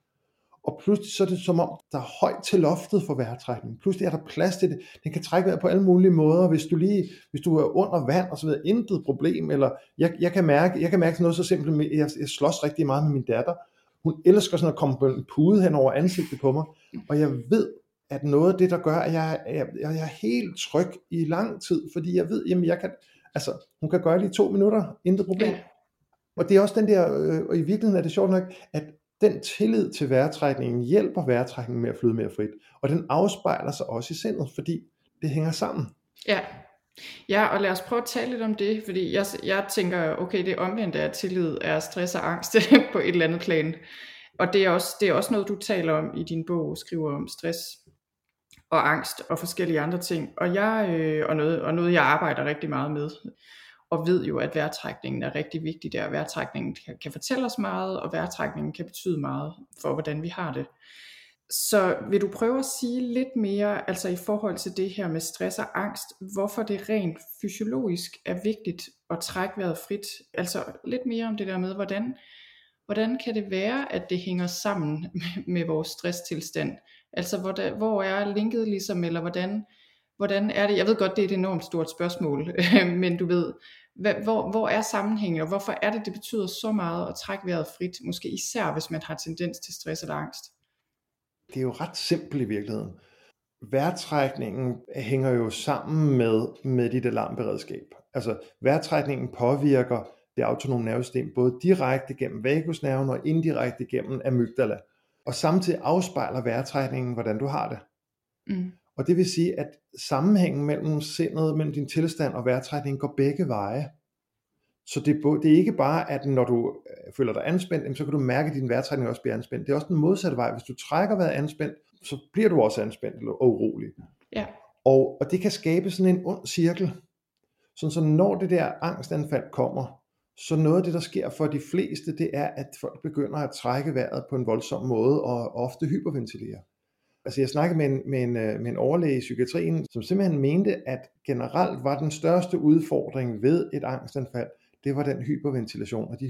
Og pludselig så er det som om, der er højt til loftet for vejrtrækning. Pludselig er der plads til det. Den kan trække vejret på alle mulige måder. Hvis du lige, hvis du er under vand og så videre, intet problem. Eller jeg, jeg kan mærke, jeg kan mærke noget så simpelt. Med, jeg, jeg slås rigtig meget med min datter. Hun elsker sådan at komme på en pude hen over ansigtet på mig. Og jeg ved, at noget af det, der gør, at jeg, jeg, jeg er helt tryg i lang tid. Fordi jeg ved, jamen jeg kan, altså hun kan gøre det i to minutter, intet problem. Ja. Og det er også den der, øh, og i virkeligheden er det sjovt nok, at den tillid til vejrtrækningen hjælper vejrtrækningen med at flyde mere frit. Og den afspejler sig også i sindet, fordi det hænger sammen. Ja, ja, og lad os prøve at tale lidt om det, fordi jeg, jeg tænker, okay, det omvendte af tillid er stress og angst på et eller andet plan. Og det er, også, det er også noget, du taler om i din bog, skriver om stress og angst og forskellige andre ting. Og, jeg, øh, og, noget, og noget, jeg arbejder rigtig meget med. Og ved jo, at vejrtrækningen er rigtig vigtig der. Vejrtrækningen kan, kan fortælle os meget, og vejrtrækningen kan betyde meget for, hvordan vi har det. Så vil du prøve at sige lidt mere, altså i forhold til det her med stress og angst, hvorfor det rent fysiologisk er vigtigt at trække vejret frit? Altså lidt mere om det der med, hvordan, hvordan kan det være, at det hænger sammen med, med vores stresstilstand? Altså hvor, hvor er linket ligesom, eller hvordan... Hvordan er det? Jeg ved godt, det er et enormt stort spørgsmål, men du ved, hvor, hvor er sammenhængen, og hvorfor er det, det betyder så meget at trække vejret frit, måske især hvis man har tendens til stress eller angst? Det er jo ret simpelt i virkeligheden. Vejrtrækningen hænger jo sammen med, med dit alarmberedskab. Altså vejrtrækningen påvirker det autonome nervesystem både direkte gennem vagusnerven og indirekte gennem amygdala. Og samtidig afspejler vejrtrækningen, hvordan du har det. Mm. Og det vil sige, at sammenhængen mellem sindet, mellem din tilstand og vejrtrækningen går begge veje. Så det er, både, det er ikke bare, at når du føler dig anspændt, så kan du mærke, at din vejrtrækning også bliver anspændt. Det er også den modsatte vej. Hvis du trækker vejret anspændt, så bliver du også anspændt og urolig. Ja. Og, og det kan skabe sådan en ond cirkel. Sådan så når det der angstanfald kommer, så noget af det, der sker for de fleste, det er, at folk begynder at trække vejret på en voldsom måde og ofte hyperventilere. Altså jeg snakkede med en, med, en, med en overlæge i psykiatrien, som simpelthen mente, at generelt var den største udfordring ved et angstanfald, det var den hyperventilation og de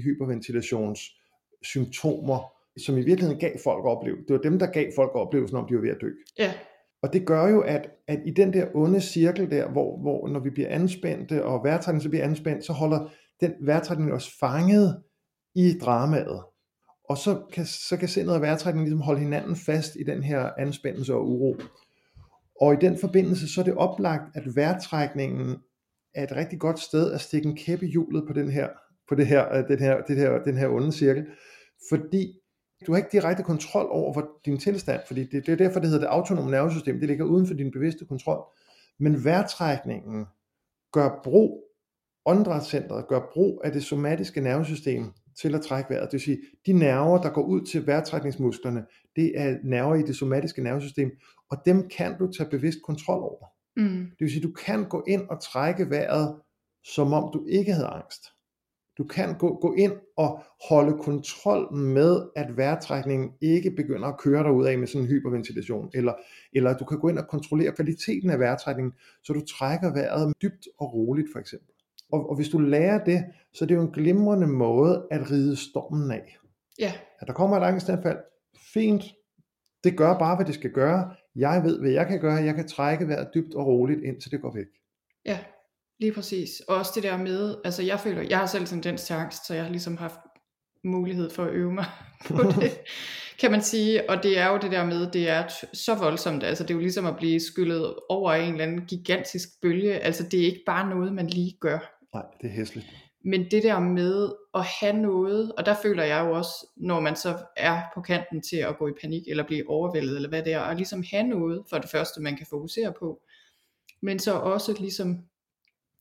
hyperventilationssymptomer, som i virkeligheden gav folk opleve. Det var dem, der gav folk oplevelsen om, de var ved at dø. Ja. Og det gør jo, at, at i den der onde cirkel der, hvor, hvor når vi bliver anspændte, og vejrtrækningen så bliver anspændt, så holder den vejrtrækning også fanget i dramaet. Og så kan, så kan sindet og vejrtrækningen ligesom holde hinanden fast i den her anspændelse og uro. Og i den forbindelse, så er det oplagt, at vejrtrækningen er et rigtig godt sted at stikke en kæppe i hjulet på den her, på det her, den her, det her, den her onde cirkel. Fordi du har ikke direkte kontrol over for din tilstand, fordi det, det er derfor, det hedder det autonome nervesystem. Det ligger uden for din bevidste kontrol. Men vejrtrækningen gør brug, åndedrætscentret gør brug af det somatiske nervesystem til at trække vejret. Det vil sige, de nerver, der går ud til vejrtrækningsmusklerne, det er nerver i det somatiske nervesystem, og dem kan du tage bevidst kontrol over. Mm. Det vil sige, du kan gå ind og trække vejret, som om du ikke havde angst. Du kan gå, gå ind og holde kontrol med, at vejrtrækningen ikke begynder at køre dig ud af med sådan en hyperventilation, eller, eller du kan gå ind og kontrollere kvaliteten af vejrtrækningen, så du trækker vejret dybt og roligt for eksempel. Og, og hvis du lærer det, så er det jo en glimrende måde at ride stormen af. Ja. At der kommer et angstanfald, fint, det gør bare, hvad det skal gøre. Jeg ved, hvad jeg kan gøre. Jeg kan trække vejret dybt og roligt, indtil det går væk. Ja, lige præcis. Og også det der med, altså jeg føler, jeg har selv tendens til angst, så jeg har ligesom haft mulighed for at øve mig på det, kan man sige. Og det er jo det der med, det er så voldsomt, altså det er jo ligesom at blive skyllet over en eller anden gigantisk bølge. Altså det er ikke bare noget, man lige gør. Nej, det er hæsligt. Men det der med at have noget, og der føler jeg jo også, når man så er på kanten til at gå i panik, eller blive overvældet, eller hvad det er, og ligesom have noget, for det første man kan fokusere på, men så også ligesom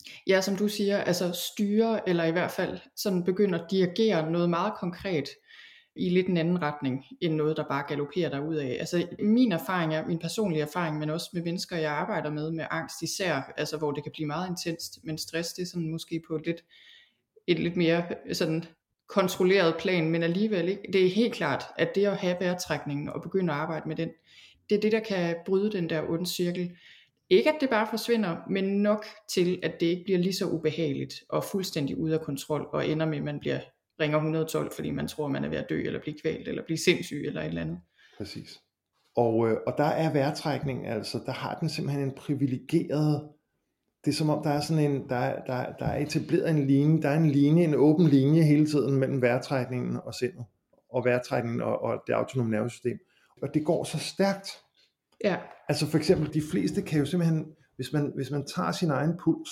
Ja, som du siger, altså styre, eller i hvert fald sådan begynder at dirigere noget meget konkret i lidt en anden retning, end noget, der bare galopperer derudad. Altså min erfaring er, min personlige erfaring, men også med mennesker, jeg arbejder med, med angst især, altså hvor det kan blive meget intenst, men stress, det er sådan måske på et lidt, et lidt mere sådan kontrolleret plan, men alligevel ikke. Det er helt klart, at det at have vejrtrækningen og begynde at arbejde med den, det er det, der kan bryde den der onde cirkel. Ikke at det bare forsvinder, men nok til, at det ikke bliver lige så ubehageligt og fuldstændig ude af kontrol, og ender med, at man bliver ringer et hundrede og tolv, fordi man tror, man er ved at dø, eller blive kvalt, eller blive sindssyg, eller et eller andet. Præcis. Og, øh, og der er vejrtrækningen altså, der har den simpelthen en privilegeret, det er som om der er sådan en, der, der, der er etableret en linje, der er en linje, en åben linje hele tiden mellem vejrtrækningen og sindet, og vejrtrækningen og, og det autonome nervesystem. Og det går så stærkt. Ja. Altså for eksempel, de fleste kan jo simpelthen, hvis man, hvis man tager sin egen puls,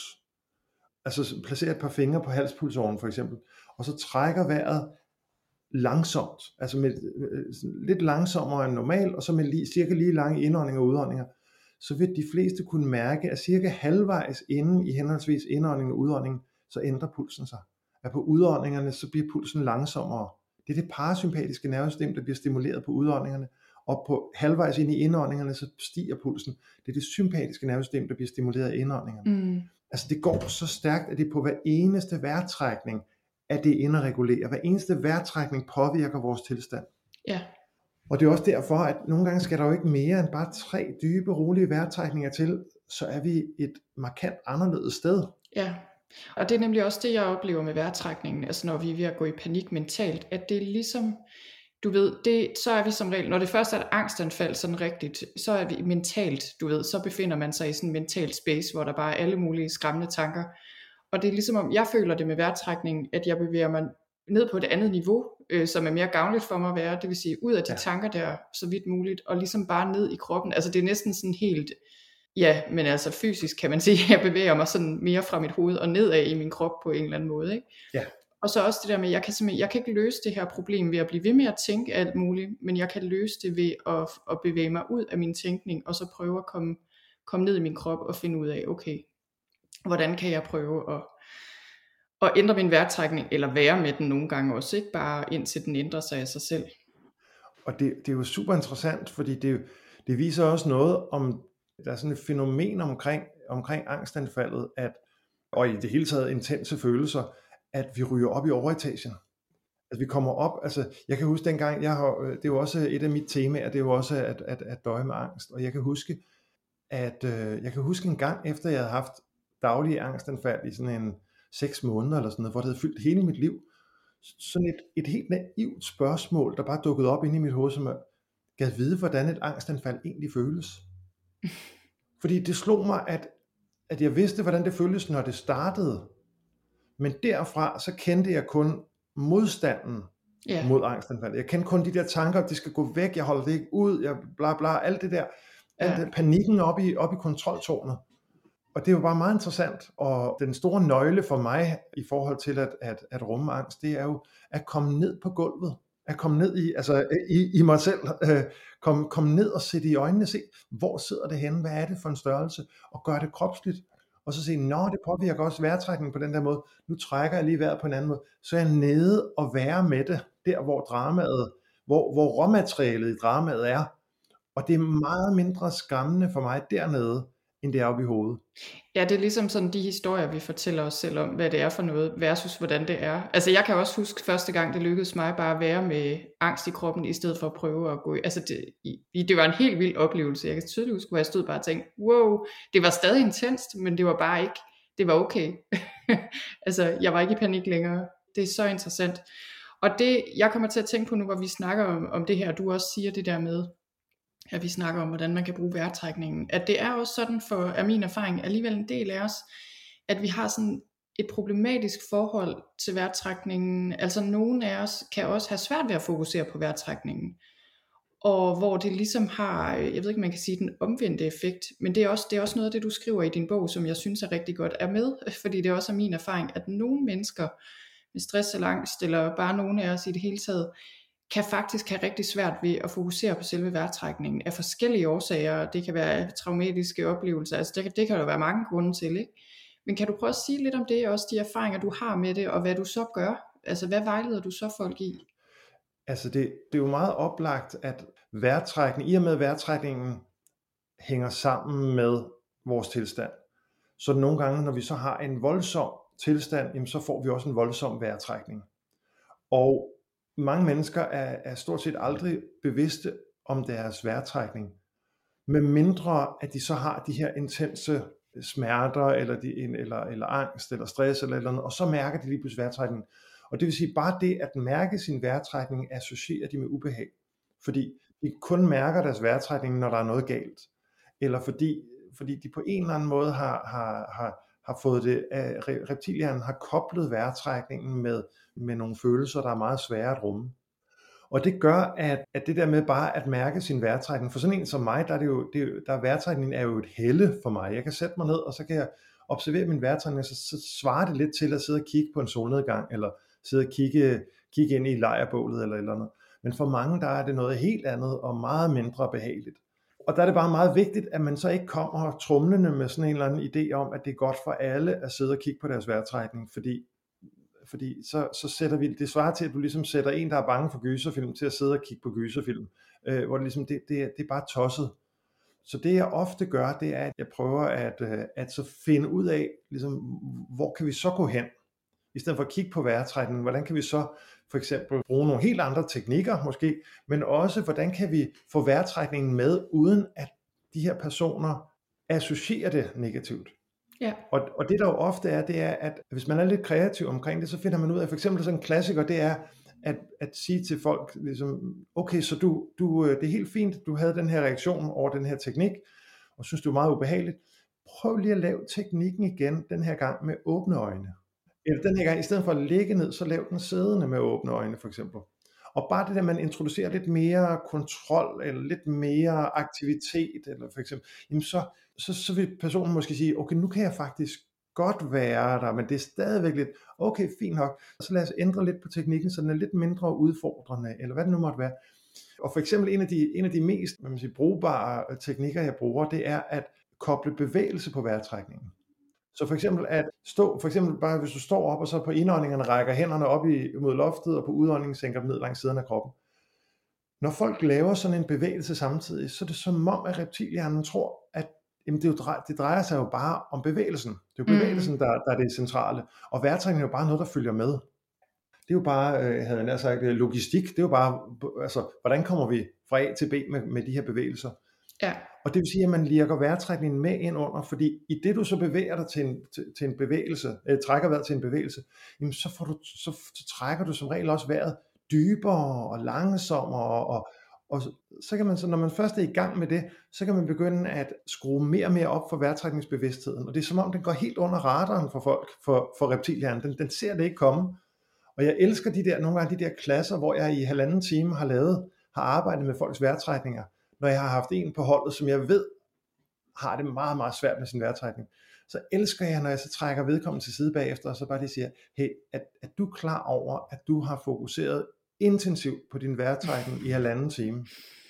altså placerer et par fingre på halspulsåren for eksempel, og så trækker vejret langsomt, altså med, lidt langsommere end normalt, og så med lige, cirka lige lange indåndinger og udåndinger, så vil de fleste kunne mærke, at cirka halvvejs inden i henholdsvis indånding og udånding, så ændrer pulsen sig. At på udåndingerne, så bliver pulsen langsommere. Det er det parasympatiske nervesystem, der bliver stimuleret på udåndingerne, og på halvvejs ind i indåndingerne, så stiger pulsen. Det er det sympatiske nervesystem, der bliver stimuleret i indåndingerne. Mm. Altså det går så stærkt, at det på hver eneste vejrtrækning, at det inderregulerer. Hver eneste vejrtrækning påvirker vores tilstand. Ja. Og det er også derfor, at nogle gange skal der jo ikke mere end bare tre dybe, rolige vejrtrækninger til, så er vi et markant anderledes sted. Ja, og det er nemlig også det, jeg oplever med vejrtrækningen, altså når vi er ved at gå i panik mentalt, at det er ligesom, du ved, det, så er vi som regel, når det først er et angstanfald sådan rigtigt, så er vi mentalt, du ved, så befinder man sig i sådan en mental space, hvor der bare er alle mulige skræmmende tanker. Og det er ligesom om, jeg føler det med vejrtrækningen, at jeg bevæger mig ned på et andet niveau, øh, som er mere gavnligt for mig at være, det vil sige ud af de ja. tanker der, så vidt muligt, og ligesom bare ned i kroppen. Altså det er næsten sådan helt, ja, men altså fysisk kan man sige, jeg bevæger mig sådan mere fra mit hoved og nedad i min krop på en eller anden måde, ikke? Ja. Og så også det der med, jeg kan simpelthen, jeg kan ikke løse det her problem ved at blive ved med at tænke alt muligt, men jeg kan løse det ved at, at bevæge mig ud af min tænkning, og så prøve at komme, komme ned i min krop og finde ud af, okay, hvordan kan jeg prøve at og ændre min vejrtrækning, eller være med den nogle gange også, ikke bare indtil den ændrer sig af sig selv. Og det, det er jo super interessant, fordi det, det viser også noget om, der er sådan et fænomen omkring, omkring angstanfaldet, at, og i det hele taget intense følelser, at vi ryger op i overetagen. At vi kommer op, altså jeg kan huske dengang, jeg har, det er jo også et af mit temaer, det er jo også at, at, at døje med angst, og jeg kan huske, at øh, jeg kan huske en gang, efter jeg havde haft daglige angstanfald i sådan en seks måneder eller sådan noget, hvor det havde fyldt hele mit liv, sådan et, et helt naivt spørgsmål, der bare dukkede op inde i mit hoved, som jeg gad vide, hvordan et angstanfald egentlig føles. Fordi det slog mig, at, at jeg vidste, hvordan det føltes, når det startede, men derfra, så kendte jeg kun modstanden yeah. mod angstanfald. Jeg kendte kun de der tanker, at det skal gå væk, jeg holder det ikke ud, jeg bla bla, alt det der, alt yeah. panikken op i, op i kontroltårnet. Og det er jo bare meget interessant, og den store nøgle for mig i forhold til at, at, at rumme angst, det er jo at komme ned på gulvet, at komme ned i, altså i, i mig selv, øh, komme kom ned og sætte i øjnene, se, hvor sidder det henne, hvad er det for en størrelse, og gøre det kropsligt, og så se, nå, det påvirker også vejrtrækningen på den der måde, nu trækker jeg lige vejret på en anden måde, så er jeg nede og være med det, der hvor dramaet, hvor, hvor råmaterialet i dramaet er, og det er meget mindre skræmmende for mig dernede, end det er oppe i hovedet. Ja, det er ligesom sådan de historier, vi fortæller os selv om, hvad det er for noget, versus hvordan det er. Altså jeg kan også huske første gang, det lykkedes mig bare at være med angst i kroppen, i stedet for at prøve at gå. Altså det, det var en helt vild oplevelse. Jeg kan tydeligt huske, hvor jeg stod bare og tænkte, wow, det var stadig intenst, men det var bare ikke, det var okay. Altså jeg var ikke i panik længere. Det er så interessant. Og det, jeg kommer til at tænke på nu, hvor vi snakker om, om det her, du også siger det der med, at vi snakker om, hvordan man kan bruge vejrtrækningen, at det er også sådan for, af min erfaring, alligevel en del af os, at vi har sådan et problematisk forhold til vejrtrækningen. Altså nogen af os kan også have svært ved at fokusere på vejrtrækningen, og hvor det ligesom har, jeg ved ikke, man kan sige den omvendte effekt, men det er også, det er også noget af det, du skriver i din bog, som jeg synes er rigtig godt er med, fordi det er også min erfaring, at nogle mennesker med stress eller angst, eller bare nogle af os i det hele taget, kan faktisk have rigtig svært ved at fokusere på selve vejrtrækningen af forskellige årsager. Det kan være traumatiske oplevelser, altså det, det kan der være mange grunde til, ikke? Men kan du prøve at sige lidt om det, også de erfaringer, du har med det, og hvad du så gør? Altså, hvad vejleder du så folk i? Altså, det, det er jo meget oplagt, at vejrtrækning, i og med at vejrtrækningen hænger sammen med vores tilstand, så nogle gange, når vi så har en voldsom tilstand, jamen, så får vi også en voldsom vejrtrækning. Og mange mennesker er, er stort set aldrig bevidste om deres vejrtrækning, med mindre at de så har de her intense smerter, eller, de, eller, eller angst, eller stress, eller, eller noget, og så mærker de lige pludselig vejrtrækningen. Og det vil sige, bare det at mærke sin vejrtrækning, associerer de med ubehag. Fordi de kun mærker deres vejrtrækning, når der er noget galt. Eller fordi, fordi de på en eller anden måde har, har, har, har fået det, at reptilhjernen har koblet vejrtrækningen med, med nogle følelser, der er meget svære at rumme. Og det gør, at, at det der med bare at mærke sin vejrtrækning, for sådan en som mig, der er det jo, det er jo, der er vejrtrækningen er jo et helle for mig. Jeg kan sætte mig ned, og så kan jeg observere min vejrtrækning, og så, så svarer det lidt til at sidde og kigge på en solnedgang, eller sidde og kigge, kigge ind i lejrbålet, eller eller andet. Men for mange, der er det noget helt andet, og meget mindre behageligt. Og der er det bare meget vigtigt, at man så ikke kommer tromlende med sådan en eller anden idé om, at det er godt for alle at sidde og kigge på deres vejrtrækning, fordi Fordi så, så sætter vi, det svarer til, at du ligesom sætter en, der er bange for gyserfilm, til at sidde og kigge på gyserfilm, øh, hvor det ligesom, det, det, det er bare tosset. Så det jeg ofte gør, det er, at jeg prøver at, at så finde ud af, ligesom, hvor kan vi så gå hen, i stedet for at kigge på vejrtrækningen, hvordan kan vi så for eksempel bruge nogle helt andre teknikker måske, men også, hvordan kan vi få vejrtrækningen med, uden at de her personer associerer det negativt. Ja. Og, og det der jo ofte er, det er, at hvis man er lidt kreativ omkring det, så finder man ud af, for eksempel sådan en klassiker, det er at, at sige til folk, ligesom, okay, så du, du, det er helt fint, du havde den her reaktion over den her teknik, og synes det var meget ubehageligt. Prøv lige at lave teknikken igen, den her gang med åbne øjne. Eller den her gang, i stedet for at ligge ned, så lav den siddende med åbne øjne, for eksempel. Og bare det der, man introducerer lidt mere kontrol, eller lidt mere aktivitet, eller for eksempel, jamen så, så, så vil personen måske sige, okay, nu kan jeg faktisk godt være der, men det er stadigvæk lidt, okay, fint nok, så lad os ændre lidt på teknikken, så den er lidt mindre udfordrende, eller hvad det nu måtte være. Og for eksempel en af de, en af de mest hvad man siger, brugbare teknikker, jeg bruger, det er at koble bevægelse på vejrtrækningen. Så for eksempel at stå, for eksempel bare hvis du står op, og så på indåndingerne rækker hænderne op i, mod loftet, og på udåndingen sænker dem ned langs siden af kroppen. Når folk laver sådan en bevægelse samtidig, så er det som om, at reptilhjernen tror, at jamen det, jo, det drejer sig jo bare om bevægelsen. Det er jo bevægelsen, der, der er det centrale. Og vejrtrækning er jo bare noget, der følger med. Det er jo bare, øh, havde jeg nær sagt, logistik. Det er jo bare, altså, hvordan kommer vi fra A til B med, med de her bevægelser? Ja. Og det vil sige, at man lirker vejrtrækningen med ind under, fordi i det du så bevæger dig til en, til, til en bevægelse, eller trækker vejret til en bevægelse, jamen så, får du, så, så trækker du som regel også vejret dybere og langsommere, og, og, og så, så kan man så, når man først er i gang med det, så kan man begynde at skrue mere og mere op for vejrtrækningsbevidstheden, og det er som om den går helt under radaren for folk, for, for reptilhjernen, den, den ser det ikke komme. Og jeg elsker de der, nogle gange de der klasser, hvor jeg i halvanden time har lavet, har arbejdet med folks vejrtrækninger, når jeg har haft en på holdet, som jeg ved, har det meget, meget svært med sin vejrtrækning, så elsker jeg, når jeg så trækker vedkommende til side bagefter, og så bare lige siger, hey, at, at du er klar over, at du har fokuseret intensivt på din vejrtrækning i halvanden time.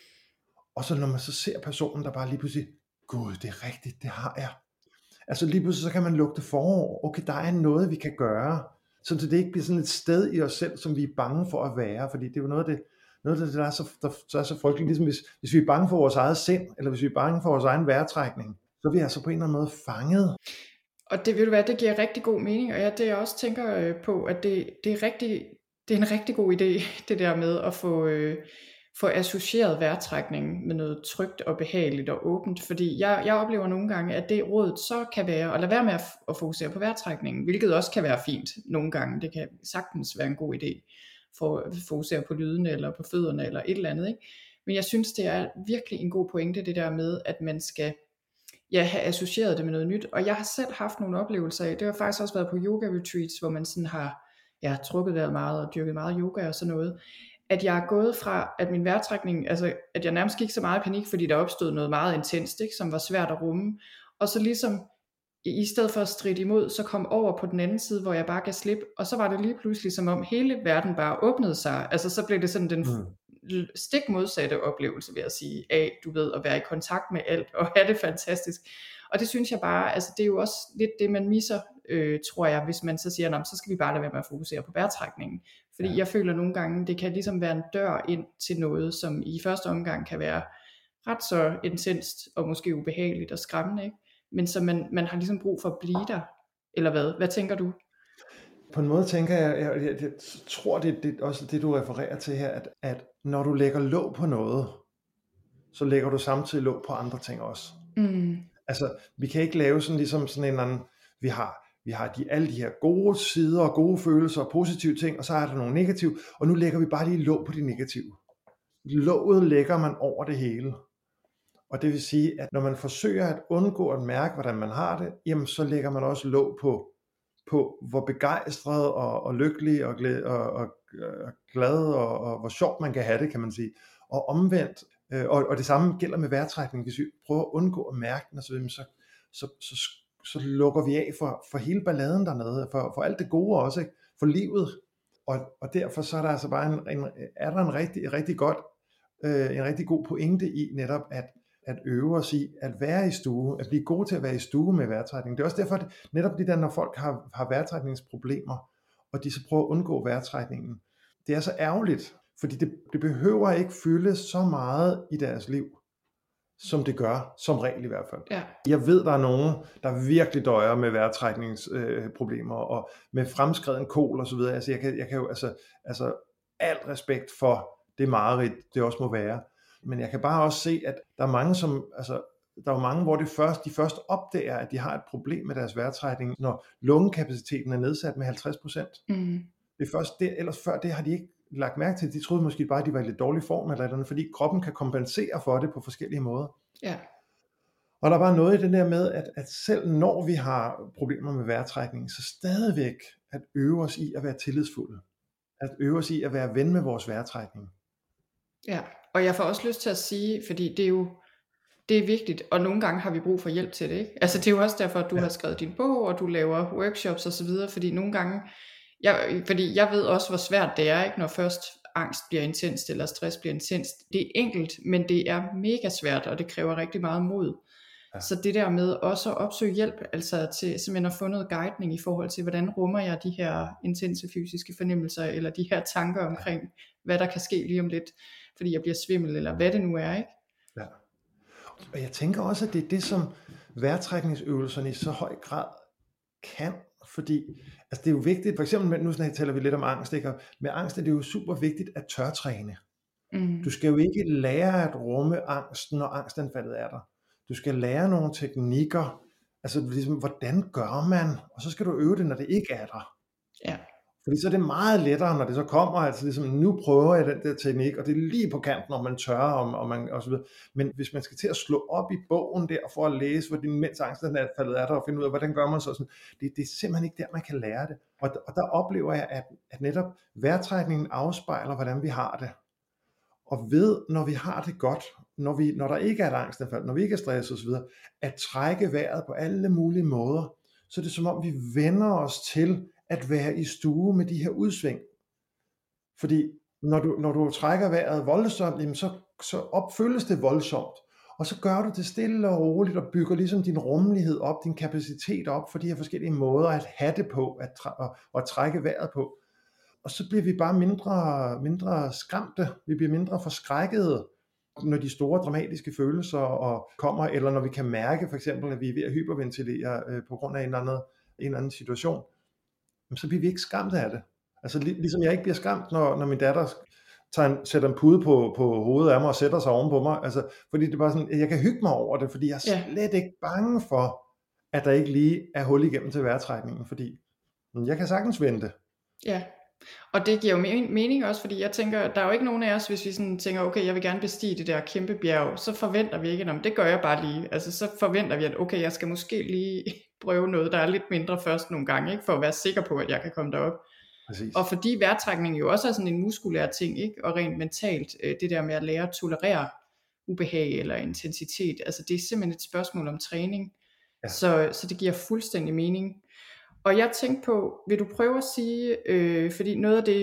Og så når man så ser personen, der bare lige pludselig, gud, det er rigtigt, det har jeg. Altså lige pludselig, så kan man lugte forår, okay, der er noget, vi kan gøre, så det ikke bliver sådan et sted i os selv, som vi er bange for at være, fordi det er jo noget af det, Noget af det, der er så, der, der er så frygteligt, ligesom hvis, hvis vi er bange for vores eget sind, eller hvis vi er bange for vores egen vejrtrækning, så er vi altså på en eller anden måde fanget. Og det vil være, det giver rigtig god mening, og ja, det jeg også tænker øh, på, at det, det, er rigtig, det er en rigtig god idé, det der med at få, øh, få associeret vejrtrækningen med noget trygt og behageligt og åbent, fordi jeg, jeg oplever nogle gange, at det rådet så kan være, at lade være med at, at fokusere på vejrtrækningen, hvilket også kan være fint nogle gange, det kan sagtens være en god idé, for at fokusere på lydene, eller på fødderne, eller et eller andet, ikke? Men jeg synes, det er virkelig en god pointe, det der med, at man skal ja, have associeret det med noget nyt, og jeg har selv haft nogle oplevelser af, det har faktisk også været på yoga retreats, hvor man sådan har ja, trukket vejret meget, og dyrket meget yoga og sådan noget, at jeg er gået fra, at min vejrtrækning, altså at jeg nærmest gik så meget i panik, fordi der opstod noget meget intenst, ikke, som var svært at rumme, og så ligesom i stedet for at stride imod, så kom over på den anden side, hvor jeg bare gav slip, og så var det lige pludselig som om hele verden bare åbnede sig, altså så blev det sådan den, mm. stik modsatte oplevelse, vil jeg sige, af, du ved, at være i kontakt med alt, og have det fantastisk. Og det synes jeg bare, altså det er jo også lidt det, man misser, øh, tror jeg, hvis man så siger, nå, så skal vi bare lade være med at fokusere på vejrtrækningen. Fordi ja. jeg føler nogle gange, det kan ligesom være en dør ind til noget, som i første omgang kan være ret så intenst, og måske ubehageligt og skræmmende, ikke? Men så man, man har ligesom brug for at blive der, eller hvad? Hvad tænker du? På en måde tænker jeg, jeg, jeg, jeg tror det, det også det du refererer til her, at, at når du lægger låg på noget, så lægger du samtidig låg på andre ting også. Mm. Altså, vi kan ikke lave sådan ligesom sådan en eller anden, vi har, vi har de, alle de her gode sider og gode følelser og positive ting, og så er der nogle negative, og nu lægger vi bare lige låg på de negative. Låget lægger man over det hele. Og det vil sige, at når man forsøger at undgå at mærke, hvordan man har det, jamen så lægger man også låg på, på hvor begejstret og, og lykkelig og glad og, og, og, glad og, og hvor sjovt man kan have det, kan man sige. Og omvendt, øh, og, og det samme gælder med vejrtrækning. Hvis vi prøver at undgå at mærke den, så, så, så, så, så lukker vi af for, for hele balladen dernede, for, for alt det gode også, ikke? For livet. Og, og derfor så er der altså bare en, en, er der en rigtig, rigtig godt, øh, en rigtig god pointe i netop, at at øve os i at være i stue, at blive gode til at være i stue med vejrtrækning. Det er også derfor, at netop det der, når folk har, har vejrtrækningsproblemer, og de så prøver at undgå vejrtrækningen, det er så ærgerligt, fordi det, det behøver ikke fylde så meget i deres liv, som det gør, som regel i hvert fald. Ja. Jeg ved, der er nogen, der virkelig døjer med vejrtrækningsproblemer, øh, og med fremskreden kol og så videre. Altså, jeg kan, jeg kan jo, altså, altså, alt respekt for det mareridt, det også må være. Men jeg kan bare også se, at der er mange, som, altså, der er mange, hvor det først, de først opdager, at de har et problem med deres vejrtrækning, når lungekapaciteten er nedsat med halvtreds procent. Mm. Det er først det, ellers før det har de ikke lagt mærke til. De troede måske bare, at de var i lidt dårlig form eller andet, fordi kroppen kan kompensere for det på forskellige måder. Ja. Og der er bare noget i det der med, at, at selv når vi har problemer med vejrtrækning, så stadigvæk at øve os i at være tillidsfulde. At øve os i at være ven med vores vejrtrækning. Ja, og jeg får også lyst til at sige, fordi det er jo det er vigtigt, og nogle gange har vi brug for hjælp til det, ikke? Altså det er jo også derfor, at du ja. har skrevet din bog, og du laver workshops og så videre, fordi nogle gange, jeg, fordi jeg ved også, hvor svært det er, ikke, når først angst bliver intenst, eller stress bliver intenst. Det er enkelt, men det er mega svært, og det kræver rigtig meget mod. Ja. Så det der med også at opsøge hjælp, altså til simpelthen at få noget guidning i forhold til, hvordan rummer jeg de her intense fysiske fornemmelser, eller de her tanker omkring, hvad der kan ske lige om lidt, fordi jeg bliver svimmel, eller hvad det nu er, ikke? Ja. Og jeg tænker også, at det er det, som vejrtrækningsøvelserne i så høj grad kan, fordi altså det er jo vigtigt, for eksempel, nu taler vi lidt om angst, ikke? Og med angst er det jo super vigtigt at tørtræne. Mm. Du skal jo ikke lære at rumme angsten, når angstanfaldet er der. Du skal lære nogle teknikker, altså ligesom, hvordan gør man, og så skal du øve det, når det ikke er der. Ja. Fordi så er det meget lettere, når det så kommer, altså ligesom, nu prøver jeg den der teknik, og det er lige på kanten, når man tør, og, og, man, og så videre. Men hvis man skal til at slå op i bogen der, for at læse, hvor din mens angstanfaldet er der, og finde ud af, hvordan gør man så sådan, det, det er simpelthen ikke der, man kan lære det. Og, og der oplever jeg, at, at netop vejrtrækningen afspejler, hvordan vi har det. Og ved, når vi har det godt, når, vi, når der ikke er et angstanfald, når vi ikke er stresset osv., at trække vejret på alle mulige måder, så er det som om, vi vender os til at være i stue med de her udsving. Fordi når du, når du trækker vejret voldsomt, jamen så, så opfølges det voldsomt. Og så gør du det stille og roligt og bygger ligesom din rummelighed op, din kapacitet op for de her forskellige måder at have det på, at, og, og at trække vejret på. Og så bliver vi bare mindre, mindre skræmte, vi bliver mindre forskrækkede, når de store dramatiske følelser og kommer, eller når vi kan mærke for eksempel, at vi er ved at hyperventilere øh, på grund af en eller anden, en eller anden situation, så bliver vi ikke skræmt af det. Altså lig, ligesom jeg ikke bliver skræmt, når, når min datter tager en, sætter en pude på, på hovedet af mig og sætter sig oven på mig, altså, fordi det er bare sådan, jeg kan hygge mig over det, fordi jeg er slet ikke bange for, at der ikke lige er hul igennem til vejrtrækningen, fordi jeg kan sagtens vente. Ja. Og det giver jo mening også, fordi jeg tænker, der er jo ikke nogen af os, hvis vi sådan tænker, okay, jeg vil gerne bestige det der kæmpe bjerg, så forventer vi ikke, om det gør jeg bare lige. Altså så forventer vi, at okay, jeg skal måske lige prøve noget, der er lidt mindre først nogle gange, ikke, for at være sikker på, at jeg kan komme derop. Præcis. Og fordi vejrtrækning jo også er sådan en muskulær ting, ikke, og rent mentalt, det der med at lære at tolerere ubehag eller intensitet, altså det er simpelthen et spørgsmål om træning, ja. så, så det giver fuldstændig mening. Og jeg tænkte på, vil du prøve at sige, øh, fordi noget af det,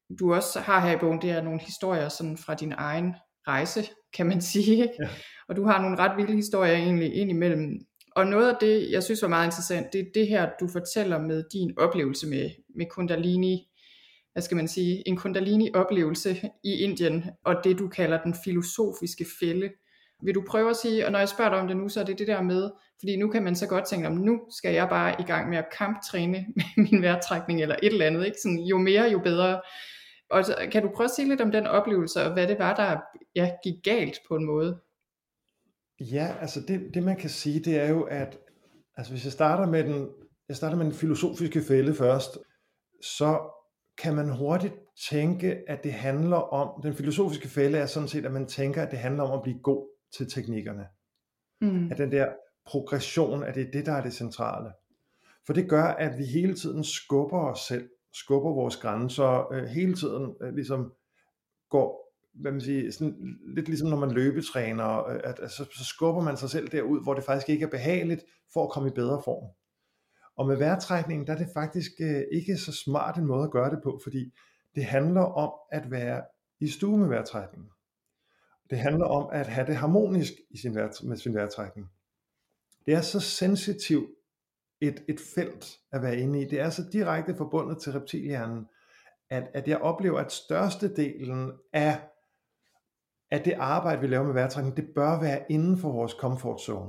du også har her i bogen, det er nogle historier sådan fra din egen rejse, kan man sige, ikke? Ja. Og du har nogle ret vilde historier egentlig indimellem. Og noget af det, jeg synes var meget interessant, det er det her, du fortæller med din oplevelse med, med Kundalini, hvad skal man sige, en Kundalini-oplevelse i Indien, og det du kalder den filosofiske fælde. Vil du prøve at sige, og når jeg spørger dig om det nu, så er det det der med, fordi nu kan man så godt tænke, om nu skal jeg bare i gang med at kamptræne med min vejrtrækning, eller et eller andet, ikke? Sådan, jo mere, jo bedre. Og så, kan du prøve at sige lidt om den oplevelse, og hvad det var, der ja, gik galt på en måde? Ja, altså det, det man kan sige, det er jo, at altså hvis jeg starter med den, jeg starter med den filosofiske fælde først, så kan man hurtigt tænke, at det handler om, den filosofiske fælde er sådan set, at man tænker, at det handler om at blive god til teknikkerne. Mm. At den der progression, at det er det, der er det centrale. For det gør, at vi hele tiden skubber os selv, skubber vores grænser, øh, hele tiden øh, ligesom går, hvad man siger, sådan, lidt ligesom når man løbetræner, at, at så, så skubber man sig selv derud, hvor det faktisk ikke er behageligt, for at komme i bedre form. Og med vejrtrækningen, der er det faktisk øh, ikke så smart en måde at gøre det på, fordi det handler om at være i stue med vejrtrækningen. Det handler om at have det harmonisk i sin vejr, med sin vejrtrækning. Det er så sensitivt et, et felt at være inde i. Det er så direkte forbundet til reptilhjernen, at, at jeg oplever, at størstedelen af, af det arbejde, vi laver med vejrtrækning, det bør være inden for vores comfort zone.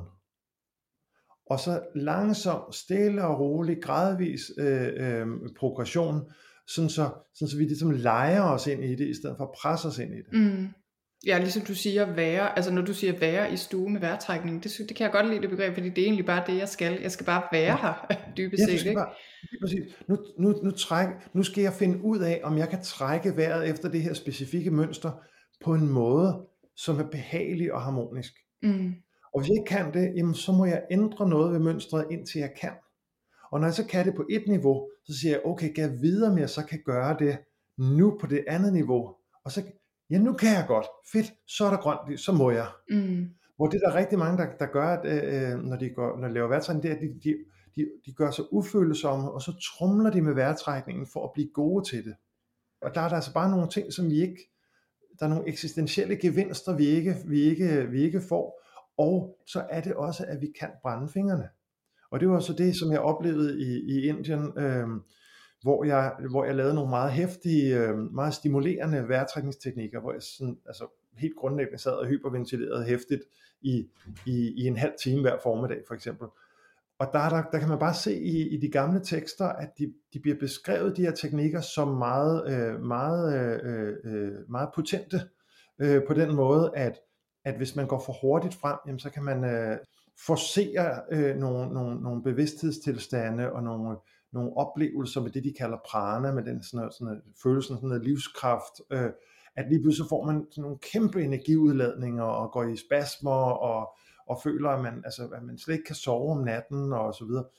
Og så langsomt, stille og roligt, gradvis øh, øh, progression, sådan så, sådan så vi ligesom leger os ind i det, i stedet for at presse os ind i det. Mm. Ja, ligesom du siger være, altså når du siger være i stue med vejrtrækning, det, det kan jeg godt lide det begreb, fordi det er egentlig bare det, jeg skal. Jeg skal bare være her, dybest set, ja, ikke? Bare, præcis. Nu, nu, nu, træk, nu skal jeg finde ud af, om jeg kan trække vejret efter det her specifikke mønster, på en måde, som er behagelig og harmonisk. Mm. Og hvis jeg ikke kan det, jamen, så må jeg ændre noget ved mønstret, indtil jeg kan. Og når jeg så kan det på et niveau, så siger jeg, okay, kan jeg videre med, at jeg så kan gøre det nu på det andet niveau. Og så, ja, nu kan jeg godt. Fedt, så er der grønt, så må jeg. Mm. Hvor det der er rigtig mange, der, der gør, at, øh, når, de går, når de laver vejrtrækning, det er, at de, de, de, de gør sig ufølsomme, og så tromler de med vejrtrækningen for at blive gode til det. Og der er der altså bare nogle ting, som vi ikke, der er nogle eksistentielle gevinster, vi ikke, vi ikke, vi ikke får. Og så er det også, at vi kan brænde fingrene. Og det var så det, som jeg oplevede i, i Indien, øh, hvor, jeg, hvor jeg lavede nogle meget heftige, øh, meget stimulerende vejrtrækningsteknikker, hvor jeg sådan, altså helt grundlæggende sad og hyperventilerede hæftigt i, i, i en halv time hver formiddag for eksempel. Og der, der, der kan man bare se i, i de gamle tekster, at de, de bliver beskrevet, de her teknikker, som meget, øh, meget, øh, øh, meget potente, øh, på den måde, at at hvis man går for hurtigt frem, jamen, så kan man øh, forcere øh, nogle, nogle, nogle bevidsthedstilstande og nogle, nogle oplevelser med det, de kalder prana, med den sådan, sådan, følelsen af sådan livskraft, øh, at lige pludselig får man sådan nogle kæmpe energiudladninger og går i spasmer og, og føler, at man, altså, at man slet ikke kan sove om natten og så videre.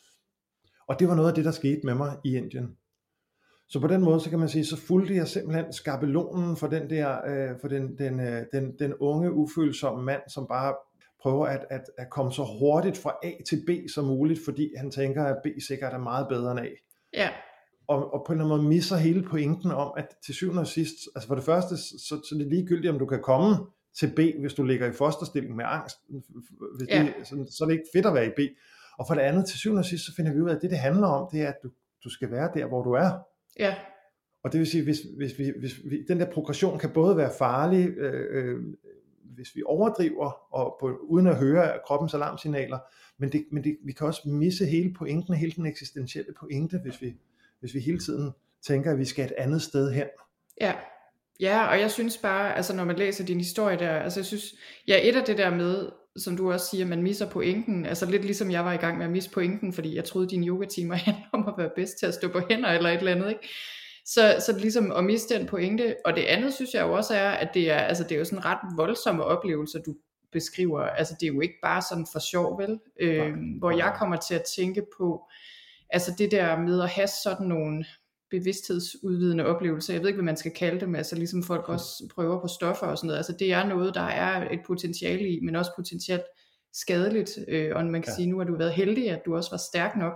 Og det var noget af det, der skete med mig i Indien. Så på den måde, så kan man sige, så fulgte jeg simpelthen skabelonen for den der, øh, for den, den, øh, den, den unge, ufølsomme mand, som bare prøver at, at, at komme så hurtigt fra A til B som muligt, fordi han tænker, at B sikkert er meget bedre end A. Ja. Og, og på en eller anden måde misser hele pointen om, at til syvende og sidst, altså for det første, så, så det er ligegyldigt, om du kan komme til B, hvis du ligger i fosterstilling med angst, hvis ja. det, så, så er det ikke fedt at være i B. Og for det andet, til syvende og sidst, så finder vi ud af, at det, det handler om, det er, at du, du skal være der, hvor du er. Ja. Og det vil sige, hvis, hvis, vi, hvis vi, den der progression kan både være farlig, øh, øh, hvis vi overdriver, og på, uden at høre kroppens alarmsignaler, men, det, men det, vi kan også misse hele pointen, hele den eksistentielle pointe, hvis vi, hvis vi hele tiden tænker, at vi skal et andet sted hen. Ja. Ja, og jeg synes bare, altså når man læser din historie der, altså jeg synes, ja, et af det der med, som du også siger, man misser pointen, altså lidt ligesom jeg var i gang med at misse pointen, fordi jeg troede, dine yogatimer handler om at være bedst til at stå på hænder eller et eller andet, ikke? Så, så ligesom at miste den pointe, og det andet synes jeg jo også er, at det er, altså det er jo sådan en ret voldsomme oplevelser, du beskriver, altså det er jo ikke bare sådan for sjov, vel? Øh, hvor jeg kommer til at tænke på, altså det der med at have sådan nogle bevidsthedsudvidende oplevelser, jeg ved ikke, hvad man skal kalde dem, altså ligesom folk også prøver på stoffer og sådan noget, altså det er noget, der er et potentiale i, men også potentielt skadeligt, øh, og man kan ja. sige, nu har du været heldig, at du også var stærk nok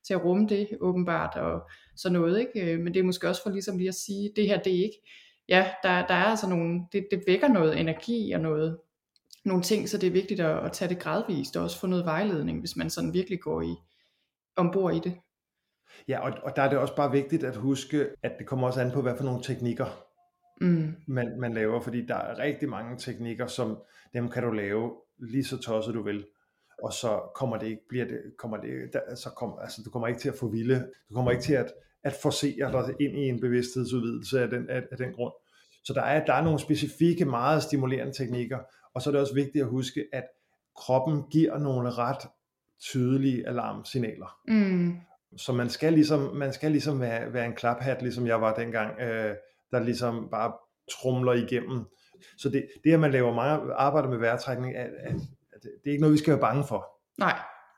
til at rumme det åbenbart, og sådan noget, ikke? Men det er måske også for ligesom lige at sige, det her, det er ikke, ja, der, der er altså nogle, det, det vækker noget energi og noget, nogle ting, så det er vigtigt at, at tage det gradvist, og også få noget vejledning, hvis man sådan virkelig går i, ombord i det. Ja, og, og der er det også bare vigtigt at huske, at det kommer også an på, hvad for nogle teknikker mm. man, man laver, fordi der er rigtig mange teknikker, som dem kan du lave lige så tosset du vil, og så kommer det ikke, bliver det, kommer det, der, så kom, altså du kommer ikke til at få vilde, du kommer ikke til at, at forcere dig ind i en bevidsthedsudvidelse af den, af, af den grund. Så der er, der er nogle specifikke, meget stimulerende teknikker, og så er det også vigtigt at huske, at kroppen giver nogle ret tydelige alarmsignaler. Mm. Så man skal ligesom, man skal ligesom være, være en klaphat, ligesom jeg var dengang, øh, der ligesom bare trumler igennem. Så det, det at man laver meget arbejde med vejrtrækning, er, er, er, det er ikke noget, vi skal være bange for. Nej.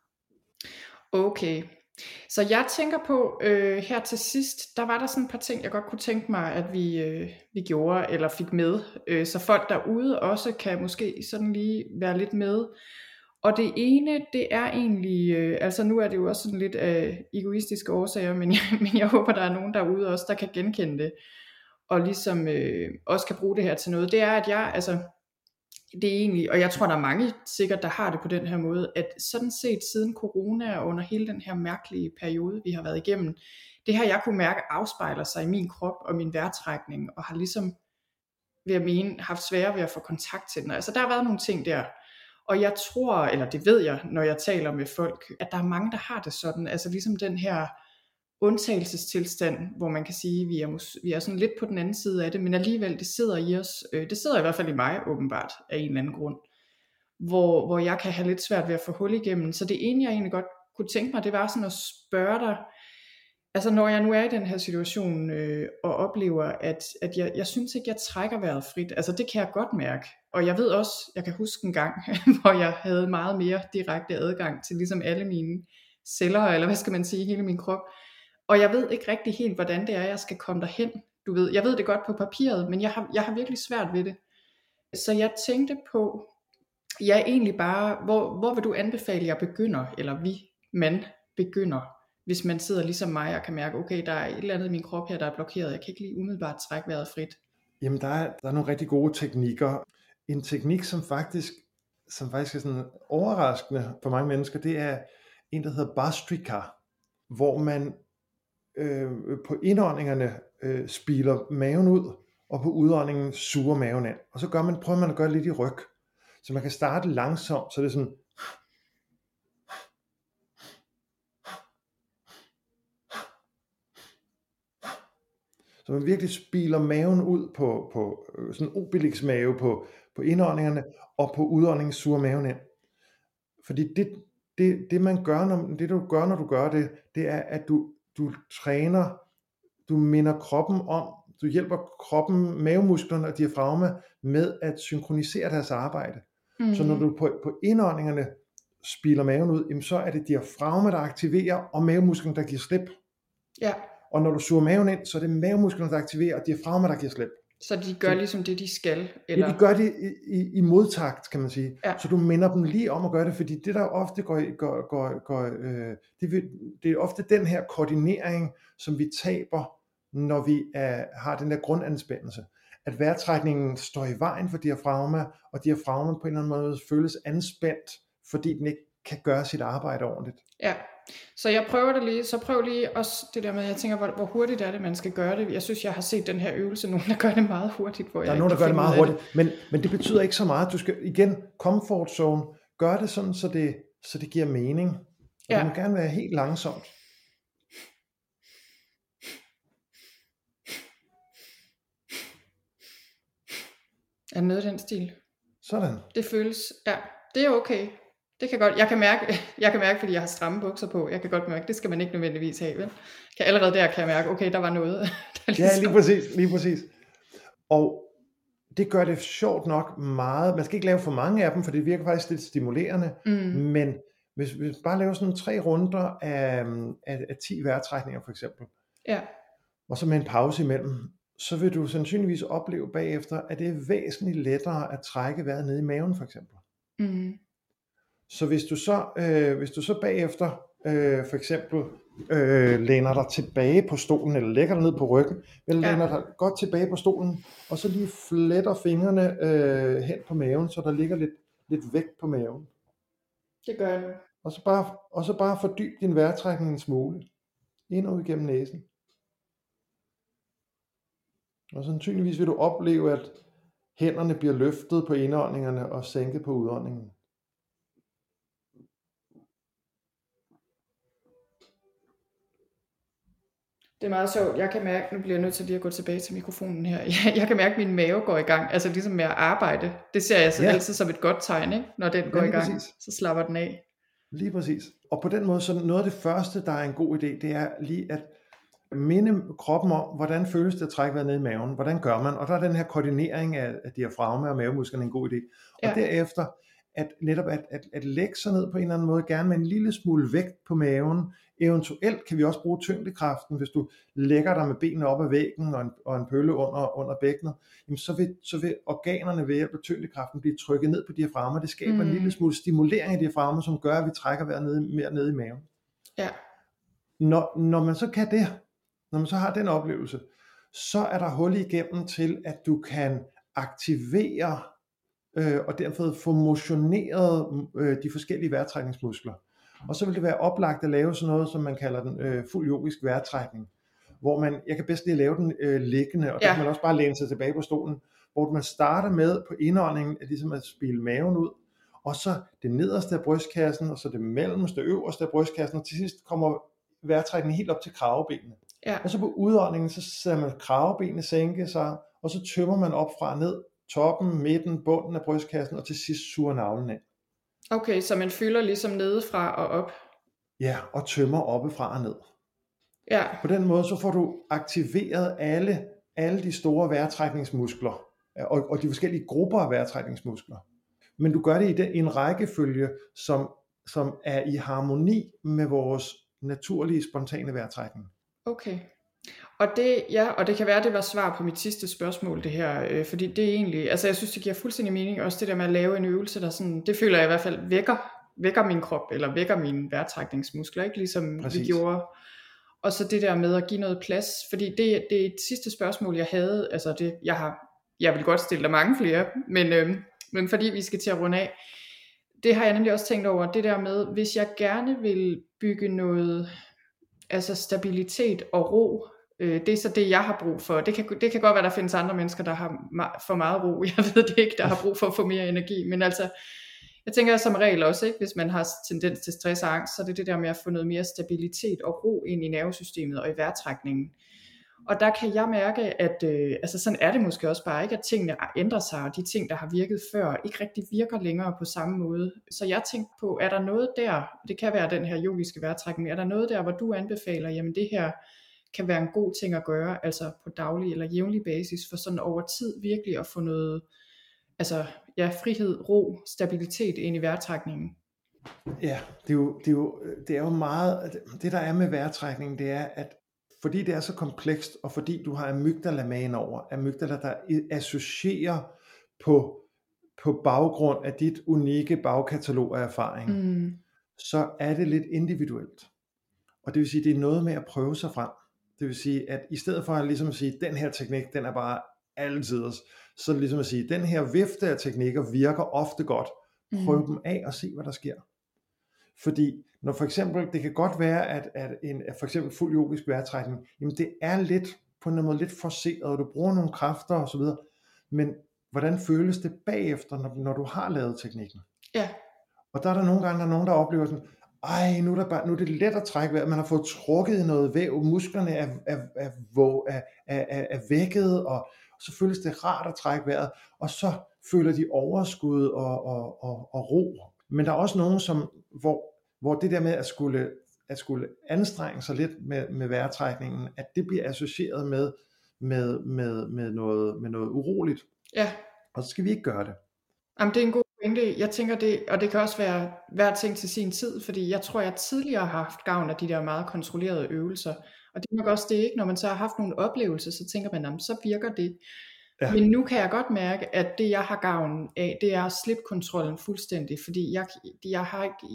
Okay. Så jeg tænker på, øh, her til sidst, der var der sådan et par ting, jeg godt kunne tænke mig, at vi, øh, vi gjorde, eller fik med, øh, så folk derude også kan måske sådan lige være lidt med. Og det ene, det er egentlig, øh, altså nu er det jo også sådan lidt af øh, egoistiske årsager, men jeg, men jeg håber, der er nogen derude også, der kan genkende det, og ligesom øh, også kan bruge det her til noget. Det er, at jeg, altså, det er egentlig, og jeg tror, der er mange sikkert, der har det på den her måde, at sådan set siden corona og under hele den her mærkelige periode, vi har været igennem, det her jeg kunne mærke afspejler sig i min krop og min vejrtrækning, og har ligesom, ved at mene, haft svære ved at få kontakt til den. Altså der har været nogle ting der. Og jeg tror, eller det ved jeg, når jeg taler med folk, at der er mange, der har det sådan, altså ligesom den her undtagelsestilstand, hvor man kan sige, at vi er, mås- vi er sådan lidt på den anden side af det, men alligevel, det sidder i os, øh, det sidder i hvert fald i mig åbenbart, af en eller anden grund, hvor, hvor jeg kan have lidt svært ved at få hul igennem. Så det ene, jeg egentlig godt kunne tænke mig, det var sådan at spørge dig, altså når jeg nu er i den her situation, øh, og oplever, at, at jeg, jeg synes ikke, jeg trækker vejret frit, altså det kan jeg godt mærke, og jeg ved også, jeg kan huske en gang, hvor jeg havde meget mere direkte adgang til ligesom alle mine celler, eller hvad skal man sige, hele min krop, og jeg ved ikke rigtig helt, hvordan det er, jeg skal komme derhen, du ved, jeg ved det godt på papiret, men jeg har, jeg har virkelig svært ved det, så jeg tænkte på, ja egentlig bare, hvor, hvor vil du anbefale, jeg begynder, eller vi, man begynder, hvis man sidder ligesom mig og kan mærke, okay, der er et eller andet i min krop her, der er blokeret, jeg kan ikke lige umiddelbart trække vejret frit. Jamen der er, der er nogle rigtig gode teknikker. En teknik, som faktisk, som faktisk er sådan overraskende for mange mennesker, det er en, der hedder Bhastrika, hvor man øh, på indåndingerne øh, spiler maven ud, og på udåndingen suger maven ind. Og så gør man, prøver man at gøre lidt i ryg. Så man kan starte langsomt, så det er sådan, så man virkelig spiler maven ud på, på sådan en obelix mave på, på indåndingerne, og på udåndingen suger maven ind. Fordi det, det, det man gør, når, det du gør, når du gør det, det er, at du, du træner, du minder kroppen om, du hjælper kroppen, mavemusklerne og diafragma med at synkronisere deres arbejde. Mm. Så når du på, på indåndingerne spiler maven ud, jamen så er det diafragma, der aktiverer, og mavemusklerne, der giver slip. Ja. Og når du suger maven ind, så er det mavemusklerne, der aktiverer, og diafragma, der giver slip. Så de gør så, ligesom det, de skal? Eller? Ja, de gør det i, i, i modtakt, kan man sige. Ja. Så du minder dem lige om at gøre det, fordi det der ofte går, går, går, går øh, det, vil, det er ofte den her koordinering, som vi taber, når vi er, har den der grundanspændelse. At vejrtrækningen står i vejen for diafragma, og diafragma på en eller anden måde føles anspændt, fordi den ikke kan gøre sit arbejde ordentligt. Ja, så jeg prøver det lige, så prøv lige også det der med, jeg tænker, hvor, hvor hurtigt er det, man skal gøre det. Jeg synes, jeg har set den her øvelse, nogen der gør det meget hurtigt. Hvor der er jeg nogen, der gør det meget hurtigt, det. Men, men det betyder ikke så meget. Du skal igen, comfort zone, gør det sådan, så det, så det giver mening. Og ja. Det må gerne være helt langsomt. Er det noget af den stil? Sådan. Det føles, ja, det er okay. Det kan godt, jeg kan mærke, jeg kan mærke, fordi jeg har stramme bukser på, jeg kan godt mærke, det skal man ikke nødvendigvis have, vel? Kan allerede der kan jeg mærke, okay, der var noget. Der ligesom... Ja, lige præcis, lige præcis. Og det gør det sjovt nok meget, man skal ikke lave for mange af dem, for det virker faktisk lidt stimulerende, mm. men hvis vi bare laver sådan tre runder af, af, af ti vejrtrækninger for eksempel, ja. Og så med en pause imellem, så vil du sandsynligvis opleve bagefter, at det er væsentligt lettere at trække vejret ned i maven for eksempel. Mm. Så hvis du så, øh, hvis du så bagefter øh, for eksempel øh, læner dig tilbage på stolen, eller lægger dig ned på ryggen, eller Ja. læner dig godt tilbage på stolen, og så lige fletter fingrene øh, hen på maven, så der ligger lidt, lidt vægt på maven. Det gør jeg nu. Og så bare, og så bare fordyb din vejrtrækning en smule. Ind og ud gennem næsen. Og sandsynligvis vil du opleve, at hænderne bliver løftet på indåndingerne og sænket på udåndingen. Det er meget sjovt. Jeg kan mærke, nu bliver jeg nødt til lige at gå tilbage til mikrofonen her. Jeg, jeg kan mærke, at min mave går i gang. Altså ligesom med at arbejde. Det ser jeg så Ja. altid som et godt tegn, ikke? Når den går Ja, i lige gang. præcis. Så slapper den af. Lige præcis. Og på den måde, så noget af det første, der er en god idé, det er lige at minde kroppen om, hvordan føles det at trække vejret ned i maven. Hvordan gør man? Og der er den her koordinering af, af diafragma og mavemusklerne en god idé. Og Ja. derefter, at netop at, at, at lægge sig ned på en eller anden måde, gerne med en lille smule vægt på maven. Eventuelt kan vi også bruge tyngdekraften, hvis du lægger dig med benene op ad væggen og en, og en pølle under, under bækkenet, jamen så, vil, så vil organerne ved hjælp af tyngdekraften blive trykket ned på diafragma. Det skaber mm. en lille smule stimulering af diafragma, som gør, at vi trækker vejret ned, mere ned i maven. Ja. Når, når man så kan det, når man så har den oplevelse, så er der hul igennem til, at du kan aktivere øh, og derfor få motioneret øh, de forskellige vejrtrækningsmuskler. Og så vil det være oplagt at lave sådan noget, som man kalder den øh, fuld yogisk vejrtrækning, hvor man, jeg kan bedst lige lave den øh, liggende, og der Ja. kan man også bare læne sig tilbage på stolen, hvor man starter med på indåndingen, at ligesom at spille maven ud, og så det nederste af brystkassen, og så det mellemste, øverste af brystkassen, og til sidst kommer vejrtrækningen helt op til kravebenene. Ja. Og så på udåndingen, så ser man kravebenene sænke sig, og så tømmer man op fra og ned, toppen, midten, bunden af brystkassen, og til sidst suger navlen ind. Okay, så man fylder ligesom nedefra og op. Ja, og tømmer oppefra og ned. Ja. På den måde, så får du aktiveret alle, alle de store vejrtrækningsmuskler, og, og de forskellige grupper af vejrtrækningsmuskler. Men du gør det i, den, i en rækkefølge, som, som er i harmoni med vores naturlige, spontane vejrtrækning. Okay. Og det, ja, og det kan være, det var svar på mit sidste spørgsmål, det her, øh, fordi det er egentlig, altså jeg synes, det giver fuldstændig mening, også det der med at lave en øvelse, der sådan, det føler jeg i hvert fald vækker, vækker min krop, eller vækker mine vejrtrækningsmuskler, ikke ligesom Præcis. vi gjorde. Og så det der med at give noget plads, fordi det, det er et sidste spørgsmål, jeg havde, altså det, jeg har, jeg vil godt stille dig mange flere, men, øh, men fordi vi skal til at runde af, det har jeg nemlig også tænkt over, det der med, hvis jeg gerne vil bygge noget, altså stabilitet og ro, øh, det er så det jeg har brug for. Det kan, det kan godt være der findes andre mennesker der har ma- for meget ro, jeg ved det ikke, der har brug for at få mere energi, men altså jeg tænker som regel også, ikke, hvis man har tendens til stress og angst, så er det det der med at få noget mere stabilitet og ro ind i nervesystemet og i vejrtrækningen. Og der kan jeg mærke, at øh, altså sådan er det måske også bare ikke, at tingene ændrer sig, og de ting, der har virket før, ikke rigtig virker længere på samme måde. Så jeg tænkte på, er der noget der, det kan være den her yogiske vejrtrækning, er der noget der, hvor du anbefaler, jamen det her kan være en god ting at gøre, altså på daglig eller jævnlig basis, for sådan over tid virkelig at få noget, altså ja, frihed, ro, stabilitet ind i vejrtrækningen. Ja, det er jo, det er jo, det er jo meget, det der er med vejrtrækningen, det er, at fordi det er så komplekst, og fordi du har amygdala med ind over, amygdala, der associerer på, på baggrund af dit unikke bagkatalog af erfaring, Mm. så er det lidt individuelt. Og det vil sige, det er noget med at prøve sig frem. Det vil sige, at i stedet for at ligesom sige, den her teknik, den er bare altid, så ligesom at sige, den her vifte af teknikker virker ofte godt. Prøv mm. dem af og se, hvad der sker. Fordi når for eksempel, det kan godt være, at, at en at for eksempel fuld yogisk vejrtrækning, jamen det er lidt, på en måde lidt forceret, og du bruger nogle kræfter og så videre, men hvordan føles det bagefter, når, når du har lavet teknikken? Ja. Og der er der nogle gange, der er nogen, der oplever sådan, ej, nu er, der bare, nu er det let at trække vejret, man har fået trukket i noget væv, musklerne er, er, er, er, er, er vækket, og så føles det rart at trække vejret, og så føler de overskud og, og, og, og ro. Men der er også nogen, som, hvor, hvor det der med at skulle, at skulle anstrenge sig lidt med, med vejrtrækningen, at det bliver associeret med, med, med, med, noget, med noget uroligt. Ja. Og så skal vi ikke gøre det. Jamen, det er en god pointe. Jeg tænker det, og det kan også være hver ting til sin tid, fordi jeg tror, jeg tidligere har haft gavn af de der meget kontrollerede øvelser. Og det er nok også det, ikke? Når man så har haft nogle oplevelser, så tænker man, jamen, så virker det. Ja. Men nu kan jeg godt mærke, at det jeg har gavn af, det er at slippe kontrollen fuldstændig, fordi jeg, jeg, har ikke, jeg kan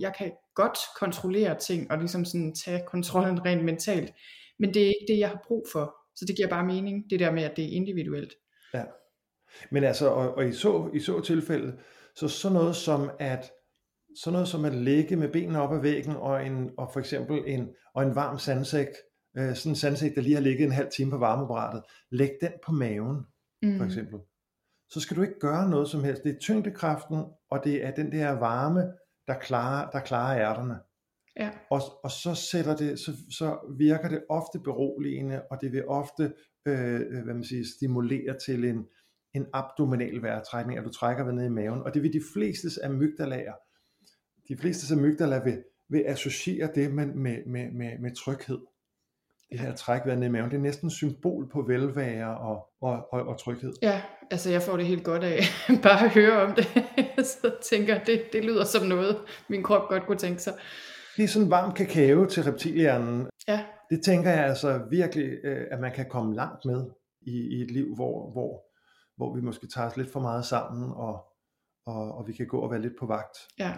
godt kontrollere ting, og ligesom sådan tage kontrollen rent mentalt. Men det er ikke det, jeg har brug for. Så det giver bare mening, det der med, at det er individuelt. Ja. Men altså, og, og i, så, i så tilfælde, så sådan noget som at, sådan noget som at ligge med benene op ad væggen, og, en, og for eksempel en, og en varm sandsæk, øh, sådan en sandsæk, der lige har ligget en halv time på varmeapparatet, læg den på maven, mm. for eksempel. Så skal du ikke gøre noget som helst. Det er tyngdekraften, og det er den der varme, der klarer, der klarer ærterne. Ja. Og, og så sætter det, så, så virker det ofte beroligende, og det vil ofte øh, hvad man siger, stimulere til en, en abdominal vejrtrækning, at du trækker ned i maven. Og det vil de fleste amygdalaer, de fleste amygdalaer vil, vil associere det med, med, med, med, med tryghed. Det her træk ned i maven, det er næsten et symbol på velvære og, og, og, og tryghed. Ja, altså jeg får det helt godt af bare at høre om det. Så tænker det, det lyder som noget, min krop godt kunne tænke sig. Det er sådan varm kakao til reptilhjernen. Ja. Det tænker jeg altså virkelig, at man kan komme langt med i, i et liv, hvor, hvor, hvor vi måske tager os lidt for meget sammen, og, og, og vi kan gå og være lidt på vagt. Ja.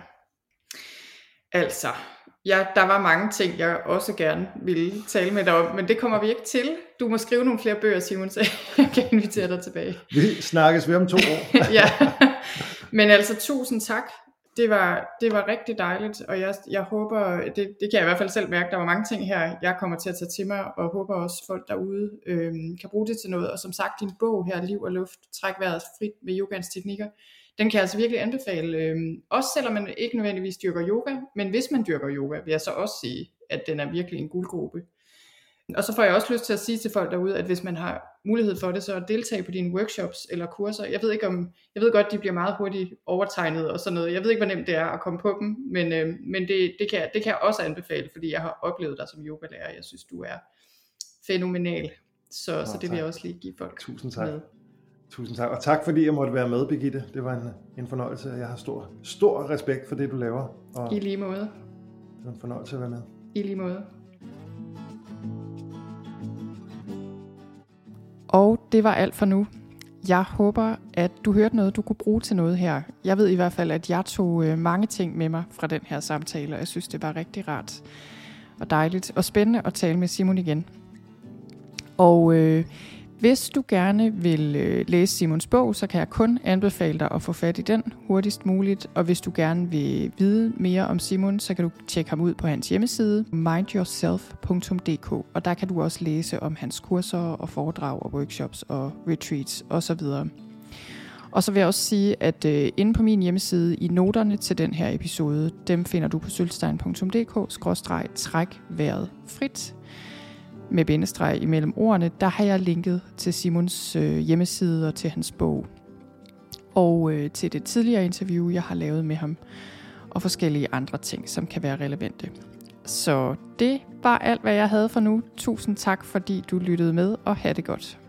Altså, ja, der var mange ting, jeg også gerne ville tale med dig om, men det kommer vi ikke til. Du må skrive nogle flere bøger, Simon, så jeg kan invitere dig tilbage. Vi snakkes ved om to år. Ja, men altså tusind tak. Det var, det var rigtig dejligt, og jeg, jeg håber, det, det kan jeg i hvert fald selv mærke, der var mange ting her, jeg kommer til at tage til mig, og håber også folk derude øh, kan bruge det til noget. Og som sagt, din bog her, Liv og Luft, træk vejret frit med yogaens teknikker, den kan jeg altså virkelig anbefale, øh, også selvom man ikke nødvendigvis dyrker yoga, men hvis man dyrker yoga, vil jeg så også sige, at den er virkelig en guldgrube. Og så får jeg også lyst til at sige til folk derude, at hvis man har mulighed for det, så at deltage på dine workshops eller kurser. Jeg ved ikke om, jeg ved godt, de bliver meget hurtigt overtegnet og sådan noget. Jeg ved ikke, hvor nemt det er at komme på dem, men, øh, men det, det, kan, det kan jeg også anbefale, fordi jeg har oplevet dig som yogalærer. Jeg synes, du er fænomenal. Så, Nå, så det vil jeg også lige give folk. Tusind tak. Med. Tusind tak, og tak fordi jeg måtte være med, Birgitte. Det var en, en fornøjelse. Jeg har stor, stor respekt for det, du laver. Og I lige måde. Det var en fornøjelse at være med. I lige måde. Og det var alt for nu. Jeg håber, at du hørte noget, du kunne bruge til noget her. Jeg ved i hvert fald, at jeg tog mange ting med mig fra den her samtale, og jeg synes, det var rigtig rart og dejligt og spændende at tale med Simon igen. Og øh, hvis du gerne vil øh, læse Simons bog, så kan jeg kun anbefale dig at få fat i den hurtigst muligt. Og hvis du gerne vil vide mere om Simon, så kan du tjekke ham ud på hans hjemmeside, mind yourself punktum d k. Og der kan du også læse om hans kurser og foredrag og workshops og retreats osv. Og så vil jeg også sige, at øh, inde på min hjemmeside i noterne til den her episode, dem finder du på sølvstein punktum d k skråstreg træk vejret frit. Med bindestreg imellem ordene, der har jeg linket til Simons øh, hjemmeside og til hans bog. Og øh, til det tidligere interview, jeg har lavet med ham. Og forskellige andre ting, som kan være relevante. Så det var alt, hvad jeg havde for nu. Tusind tak, fordi du lyttede med, og have det godt.